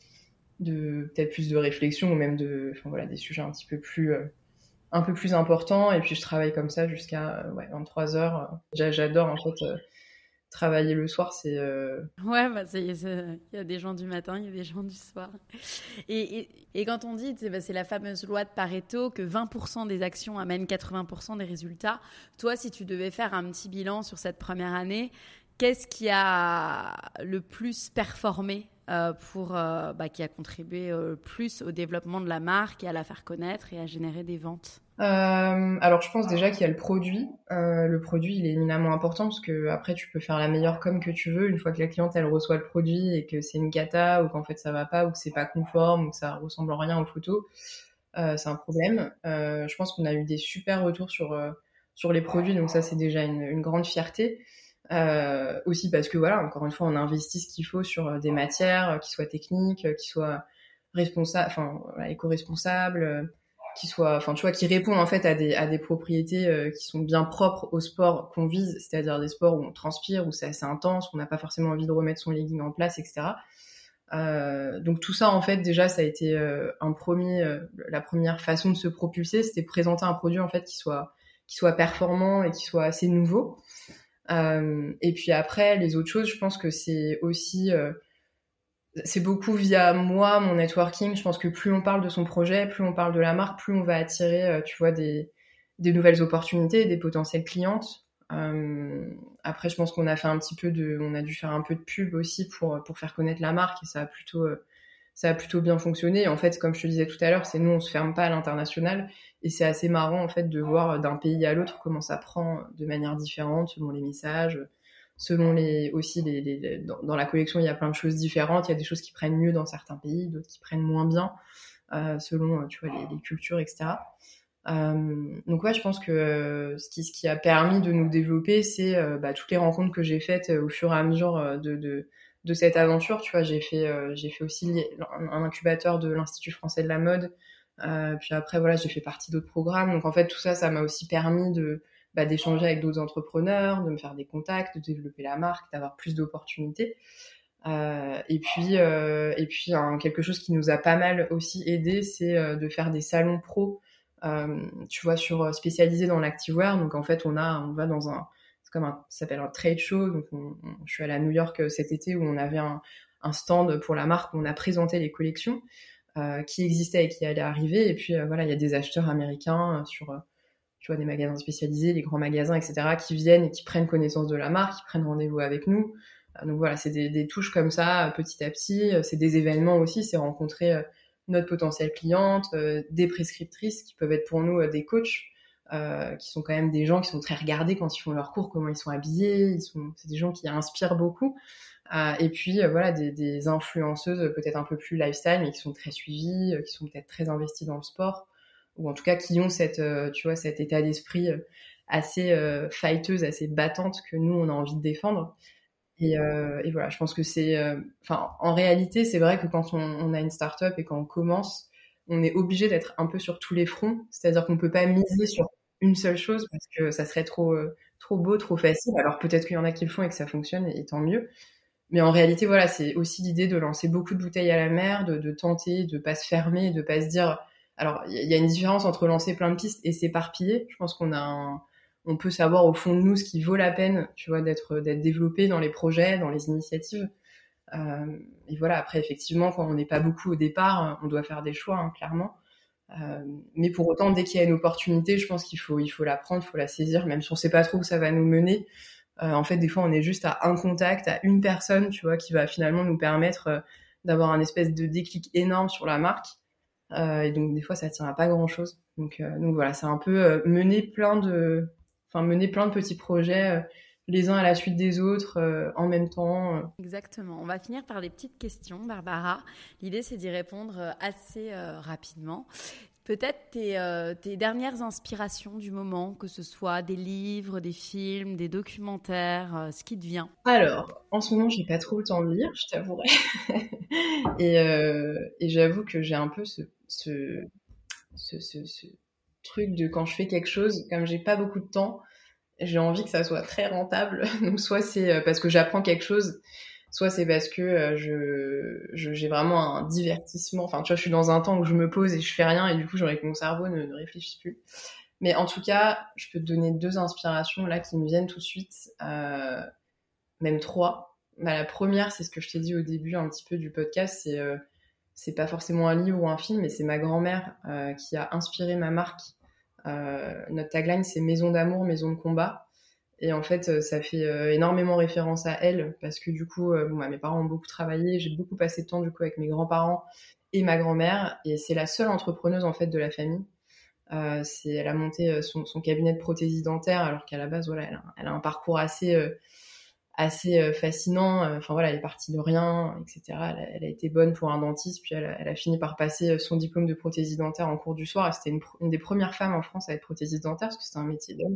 de peut-être plus de réflexion, ou même de, enfin voilà, des sujets un petit peu plus euh, un peu plus importants. Et puis je travaille comme ça jusqu'à euh, ouais, vingt-trois heures. J'adore en fait euh, travailler le soir, c'est euh...
ouais, bah c'est il y a des gens du matin, il y a des gens du soir. Et, et, et quand on dit, bah, c'est la fameuse loi de Pareto, que vingt pour cent des actions amènent quatre-vingts pour cent des résultats. Toi, si tu devais faire un petit bilan sur cette première année, qu'est-ce qui a le plus performé euh, pour, euh, bah, qui a contribué le euh, plus au développement de la marque et à la faire connaître et à générer des ventes?
Euh, alors je pense déjà qu'il y a le produit. Euh, le produit, il est éminemment important parce que après tu peux faire la meilleure com que tu veux. Une fois que la cliente elle reçoit le produit et que c'est une cata, ou qu'en fait ça va pas, ou que c'est pas conforme, ou que ça ressemble en rien aux photos, euh, c'est un problème. Euh, je pense qu'on a eu des super retours sur euh, sur les produits, donc ça c'est déjà une, une grande fierté. Euh, aussi parce que voilà, encore une fois, on investit ce qu'il faut sur des matières qui soient techniques, qui soient responsables, enfin voilà, éco-responsables, qui soient, enfin tu vois, qui répondent en fait à des à des propriétés euh, qui sont bien propres au sport qu'on vise, c'est-à-dire des sports où on transpire, où c'est assez intense, où on n'a pas forcément envie de remettre son legging en place, et cetera. Euh, donc tout ça en fait déjà ça a été euh, un premier, euh, la première façon de se propulser, c'était présenter un produit en fait qui soit qui soit performant et qui soit assez nouveau. Euh, et puis après les autres choses, je pense que c'est aussi euh, c'est beaucoup via moi, mon networking. Je pense que plus on parle de son projet, plus on parle de la marque, plus on va attirer, euh, tu vois, des, des nouvelles opportunités, des potentielles clientes. Euh, après, je pense qu'on a fait un petit peu de, on a dû faire un peu de pub aussi pour pour faire connaître la marque, et ça a plutôt euh, ça a plutôt bien fonctionné. Et en fait, comme je te disais tout à l'heure, c'est nous, on se ferme pas à l'international, et c'est assez marrant en fait de voir d'un pays à l'autre comment ça prend de manière différente selon les messages. Selon les aussi les, les, les dans, dans la collection, il y a plein de choses différentes. Il y a des choses qui prennent mieux dans certains pays, d'autres qui prennent moins bien, euh, selon tu vois les, les cultures, et cetera. Euh, donc ouais, je pense que euh, ce qui ce qui a permis de nous développer, c'est euh, bah, toutes les rencontres que j'ai faites euh, au fur et à mesure euh, de, de de cette aventure. Tu vois, j'ai fait euh, j'ai fait aussi un incubateur de l'Institut français de la mode. Euh, puis après voilà, j'ai fait partie d'autres programmes. Donc en fait tout ça, ça m'a aussi permis de bah, d'échanger avec d'autres entrepreneurs, de me faire des contacts, de développer la marque, d'avoir plus d'opportunités. Euh, et puis, euh, et puis hein, quelque chose qui nous a pas mal aussi aidé, c'est euh, de faire des salons pro, euh, tu vois, sur spécialisés dans l'activewear. Donc en fait, on a, on va dans un, c'est comme un, ça s'appelle un trade show. Donc on, on, je suis allée à New York cet été où on avait un, un stand pour la marque où on a présenté les collections euh, qui existaient et qui allaient arriver. Et puis euh, voilà, il y a des acheteurs américains euh, sur tu vois, des magasins spécialisés, les grands magasins, et cetera, qui viennent et qui prennent connaissance de la marque, qui prennent rendez-vous avec nous. Donc voilà, c'est des, des touches comme ça, petit à petit. C'est des événements aussi, c'est rencontrer notre potentielle cliente, euh, des prescriptrices qui peuvent être pour nous euh, des coachs, euh, qui sont quand même des gens qui sont très regardés quand ils font leurs cours, comment ils sont habillés. Ils sont, c'est des gens qui inspirent beaucoup. Euh, et puis euh, voilà, des, des influenceuses peut-être un peu plus lifestyle, mais qui sont très suivies, euh, qui sont peut-être très investies dans le sport, ou en tout cas qui ont cette, euh, tu vois, cet état d'esprit assez euh, fighteuse, assez battante que nous, on a envie de défendre. Et, euh, et voilà, je pense que c'est... Enfin, euh, en réalité, c'est vrai que quand on, on a une start-up et quand on commence, on est obligé d'être un peu sur tous les fronts. C'est-à-dire qu'on peut pas miser sur une seule chose parce que ça serait trop, euh, trop beau, trop facile. Alors peut-être qu'il y en a qui le font et que ça fonctionne, et, et tant mieux. Mais en réalité, voilà, c'est aussi l'idée de lancer beaucoup de bouteilles à la mer, de, de tenter, de pas se fermer, de pas se dire... Alors, il y a une différence entre lancer plein de pistes et s'éparpiller. Je pense qu'on a un, on peut savoir au fond de nous ce qui vaut la peine, tu vois, d'être, d'être développé dans les projets, dans les initiatives. Euh, et voilà, après, effectivement, quand on n'est pas beaucoup au départ, on doit faire des choix, hein, clairement. Euh, mais pour autant, dès qu'il y a une opportunité, je pense qu'il faut, il faut la prendre, il faut la saisir, même si on sait pas trop où ça va nous mener. Euh, en fait, des fois, on est juste à un contact, à une personne, tu vois, qui va finalement nous permettre euh, d'avoir un espèce de déclic énorme sur la marque. Euh, et donc, des fois, ça tient à pas grand-chose. Donc, euh, donc voilà, c'est un peu euh, mener plein de, enfin mener plein de petits projets. Euh, les uns à la suite des autres, euh, en même temps. Euh.
Exactement. On va finir par des petites questions, Barbara. L'idée, c'est d'y répondre assez euh, rapidement. Peut-être tes, euh, tes dernières inspirations du moment, que ce soit des livres, des films, des documentaires, euh, ce qui te vient.
Alors, en ce moment, j'ai pas trop le temps de lire, je t'avouerai. et, euh, et j'avoue que j'ai un peu ce, ce, ce, ce, ce truc de quand je fais quelque chose, comme j'ai pas beaucoup de temps, j'ai envie que ça soit très rentable. Donc soit c'est parce que j'apprends quelque chose, soit c'est parce que je, je j'ai vraiment un divertissement. Enfin, tu vois, je suis dans un temps où je me pose et je fais rien et du coup, j'aurais que mon cerveau ne, ne réfléchisse plus. Mais en tout cas, je peux te donner deux inspirations là qui me viennent tout de suite, euh, même trois. Bah, la première, c'est ce que je t'ai dit au début un petit peu du podcast, c'est euh, c'est pas forcément un livre ou un film, mais c'est ma grand-mère euh, qui a inspiré ma marque. Euh, notre tagline, c'est maison d'amour, maison de combat. Et en fait, ça fait euh, énormément référence à elle parce que du coup, euh, bon, bah, mes parents ont beaucoup travaillé. J'ai beaucoup passé de temps du coup avec mes grands-parents et ma grand-mère. Et c'est la seule entrepreneuse en fait de la famille. Euh, c'est, elle a monté son, son cabinet de prothésie dentaire alors qu'à la base, voilà, elle a, elle a un parcours assez euh, assez euh, fascinant. Enfin voilà, elle est partie de rien, et cetera. Elle a, elle a été bonne pour un dentiste, puis elle a, elle a fini par passer son diplôme de prothésie dentaire en cours du soir. Et c'était une, une des premières femmes en France à être prothésiste dentaire parce que c'était un métier d'homme.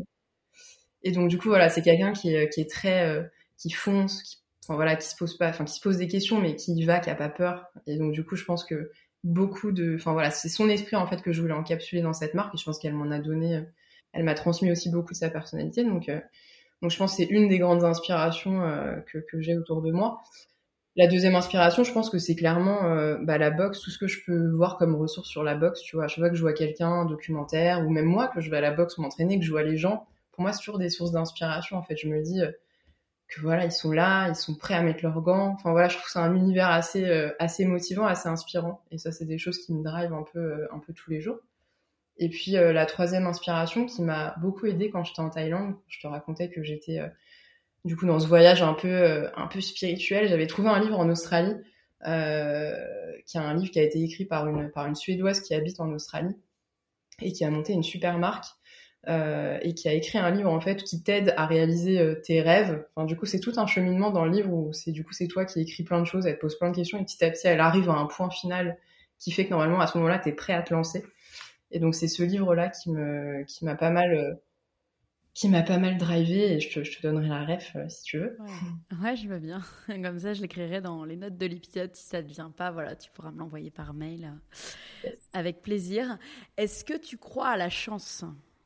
Et donc du coup voilà, c'est quelqu'un qui est, qui est très, euh, qui fonce, qui, enfin voilà, qui se pose pas, enfin qui se pose des questions, mais qui y va, qui a pas peur. Et donc du coup, je pense que beaucoup de, enfin voilà, c'est son esprit en fait que je voulais encapsuler dans cette marque. Et je pense qu'elle m'en a donné, elle m'a transmis aussi beaucoup de sa personnalité. Donc euh, donc je pense que c'est une des grandes inspirations euh, que, que j'ai autour de moi. La deuxième inspiration, je pense que c'est clairement euh, bah, la boxe, tout ce que je peux voir comme ressources sur la boxe. Tu vois, à chaque fois que je vois quelqu'un, un documentaire, ou même moi, que je vais à la boxe m'entraîner, que je vois les gens, pour moi, c'est toujours des sources d'inspiration. En fait, je me dis euh, que voilà, ils sont là, ils sont prêts à mettre leurs gants. Enfin voilà, je trouve que c'est un univers assez, euh, assez motivant, assez inspirant. Et ça, c'est des choses qui me drivent un peu, euh, un peu tous les jours. Et puis euh, la troisième inspiration qui m'a beaucoup aidée quand j'étais en Thaïlande, je te racontais que j'étais euh, du coup dans ce voyage un peu euh, un peu spirituel. J'avais trouvé un livre en Australie, euh, qui est un livre qui a été écrit par une par une Suédoise qui habite en Australie et qui a monté une super marque euh, et qui a écrit un livre en fait qui t'aide à réaliser euh, tes rêves. Enfin du coup c'est tout un cheminement dans le livre où c'est du coup c'est toi qui écris plein de choses, elle te pose plein de questions et petit à petit elle arrive à un point final qui fait que normalement à ce moment-là t'es prêt à te lancer. Et donc c'est ce livre-là qui me qui m'a pas mal euh, qui m'a pas mal drivé et je te, je te donnerai la ref euh, si tu veux.
Ouais. ouais, je veux bien. Comme ça, je l'écrirai dans les notes de l'épisode. Si ça ne te vient pas, voilà, tu pourras me l'envoyer par mail euh, yes. Avec plaisir. Est-ce que tu crois à la chance ?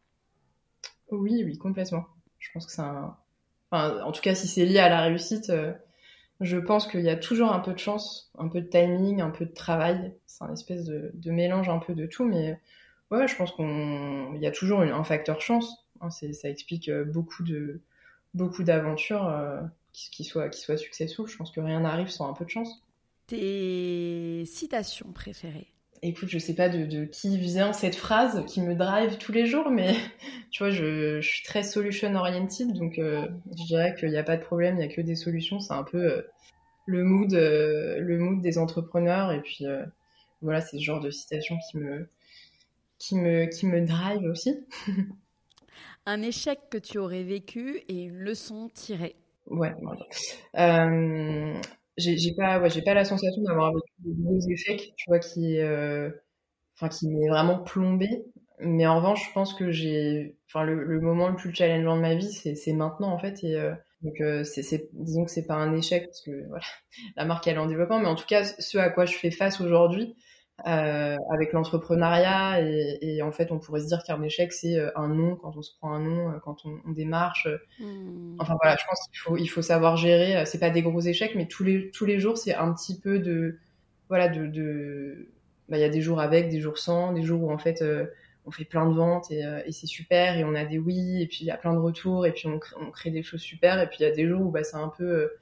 Oui, oui, complètement. Je pense que c'est un... Enfin, en tout cas, si c'est lié à la réussite, euh, je pense qu'il y a toujours un peu de chance, un peu de timing, un peu de travail. C'est un espèce de, de mélange un peu de tout, mais ouais, je pense qu'on, il y a toujours une, un facteur chance. Hein, c'est, ça explique beaucoup de, beaucoup d'aventures euh, qui, qui soient, qui soient successful. Je pense que rien n'arrive sans un peu de chance.
Tes citations préférées ?
Écoute, je sais pas de, de qui vient cette phrase qui me drive tous les jours, mais tu vois, je, je suis très solution oriented, donc euh, je dirais qu'il n'y a pas de problème, il n'y a que des solutions. C'est un peu euh, le mood, euh, le mood des entrepreneurs, et puis euh, voilà, c'est ce genre de citation qui me, qui me, qui me drive aussi.
Un échec que tu aurais vécu et une leçon tirée.
Ouais. Voilà. Euh, j'ai, j'ai pas, ouais, j'ai pas la sensation d'avoir vécu de gros échecs, tu vois, qui, euh, enfin, qui m'est vraiment plombé. Mais en revanche, je pense que j'ai, enfin, le, le moment le plus challengeant de ma vie, c'est, c'est maintenant en fait. Et euh, donc, euh, c'est, c'est, disons que c'est pas un échec parce que voilà, la marque elle est en développement, mais en tout cas, ce à quoi je fais face aujourd'hui. Euh, avec l'entrepreneuriat et, et en fait on pourrait se dire qu'un échec c'est un non quand on se prend un non quand on, on démarche mmh. Enfin voilà, je pense qu'il faut il faut savoir gérer, c'est pas des gros échecs mais tous les tous les jours c'est un petit peu de voilà de de bah il y a des jours avec, des jours sans, des jours où en fait euh, on fait plein de ventes et, euh, et c'est super et on a des oui et puis il y a plein de retours et puis on crée, on crée des choses super et puis il y a des jours où bah c'est un peu euh,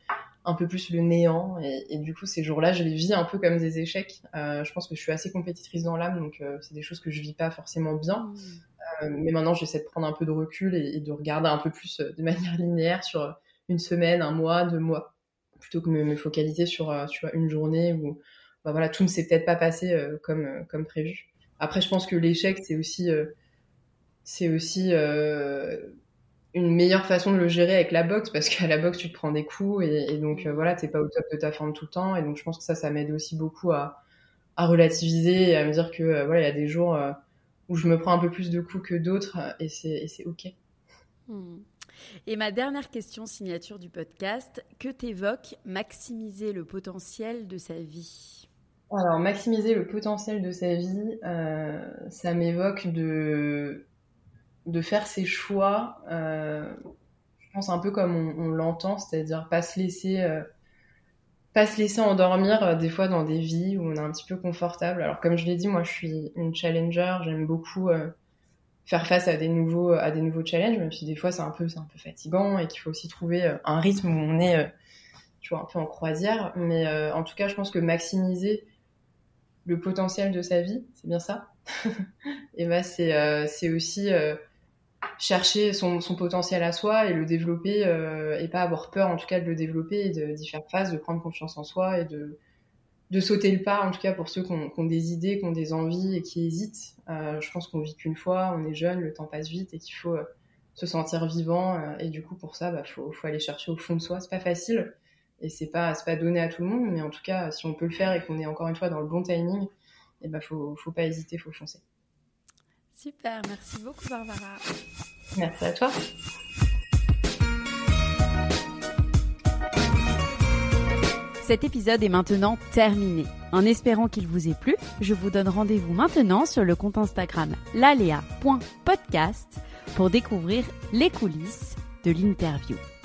un peu plus le néant. Et, et du coup, ces jours-là, je les vis un peu comme des échecs. Euh, je pense que je suis assez compétitrice dans l'âme, donc euh, c'est des choses que je vis pas forcément bien. Euh, mais maintenant, j'essaie de prendre un peu de recul et, et de regarder un peu plus euh, de manière linéaire sur une semaine, un mois, deux mois, plutôt que me, me focaliser sur, euh, sur une journée où bah, voilà, tout ne s'est peut-être pas passé euh, comme, euh, comme prévu. Après, je pense que l'échec, c'est aussi, euh, c'est aussi euh, une meilleure façon de le gérer avec la boxe, parce qu'à la boxe, tu te prends des coups et, et donc euh, voilà, t'es pas au top de ta forme tout le temps. Et donc, je pense que ça, ça m'aide aussi beaucoup à, à relativiser et à me dire que euh, voilà, il y a des jours euh, où je me prends un peu plus de coups que d'autres et c'est, et c'est ok.
Hmm. Et ma dernière question signature du podcast, que t'évoque maximiser le potentiel de sa vie ?
Alors, maximiser le potentiel de sa vie, euh, ça m'évoque de, de faire ses choix, euh, je pense un peu comme on, on l'entend, c'est-à-dire pas se laisser, euh, pas se laisser endormir euh, des fois dans des vies où on est un petit peu confortable. Alors, comme je l'ai dit, moi, je suis une challenger, j'aime beaucoup euh, faire face à des nouveaux, à des nouveaux challenges, même si des fois c'est un peu, c'est un peu fatigant et qu'il faut aussi trouver euh, un rythme où on est, euh, tu vois, un peu en croisière. Mais euh, en tout cas, je pense que maximiser le potentiel de sa vie, c'est bien ça. Et ben c'est euh, c'est aussi euh, chercher son, son potentiel à soi et le développer euh, et pas avoir peur en tout cas de le développer et de, d'y faire face, de prendre confiance en soi et de de sauter le pas, en tout cas pour ceux qui ont, qui ont des idées, qui ont des envies et qui hésitent. Euh, je pense qu'on vit qu'une fois, on est jeune, le temps passe vite et qu'il faut euh, se sentir vivant. Euh, et du coup, pour ça, bah, faut, faut aller chercher au fond de soi. C'est pas facile et c'est pas, c'est pas donné à tout le monde, mais en tout cas, si on peut le faire et qu'on est encore une fois dans le bon timing, et bah, faut, faut pas hésiter, faut foncer.
Super, merci beaucoup Barbara.
Merci à toi.
Cet épisode est maintenant terminé. En espérant qu'il vous ait plu, je vous donne rendez-vous maintenant sur le compte Instagram lalea point podcast pour découvrir les coulisses de l'interview.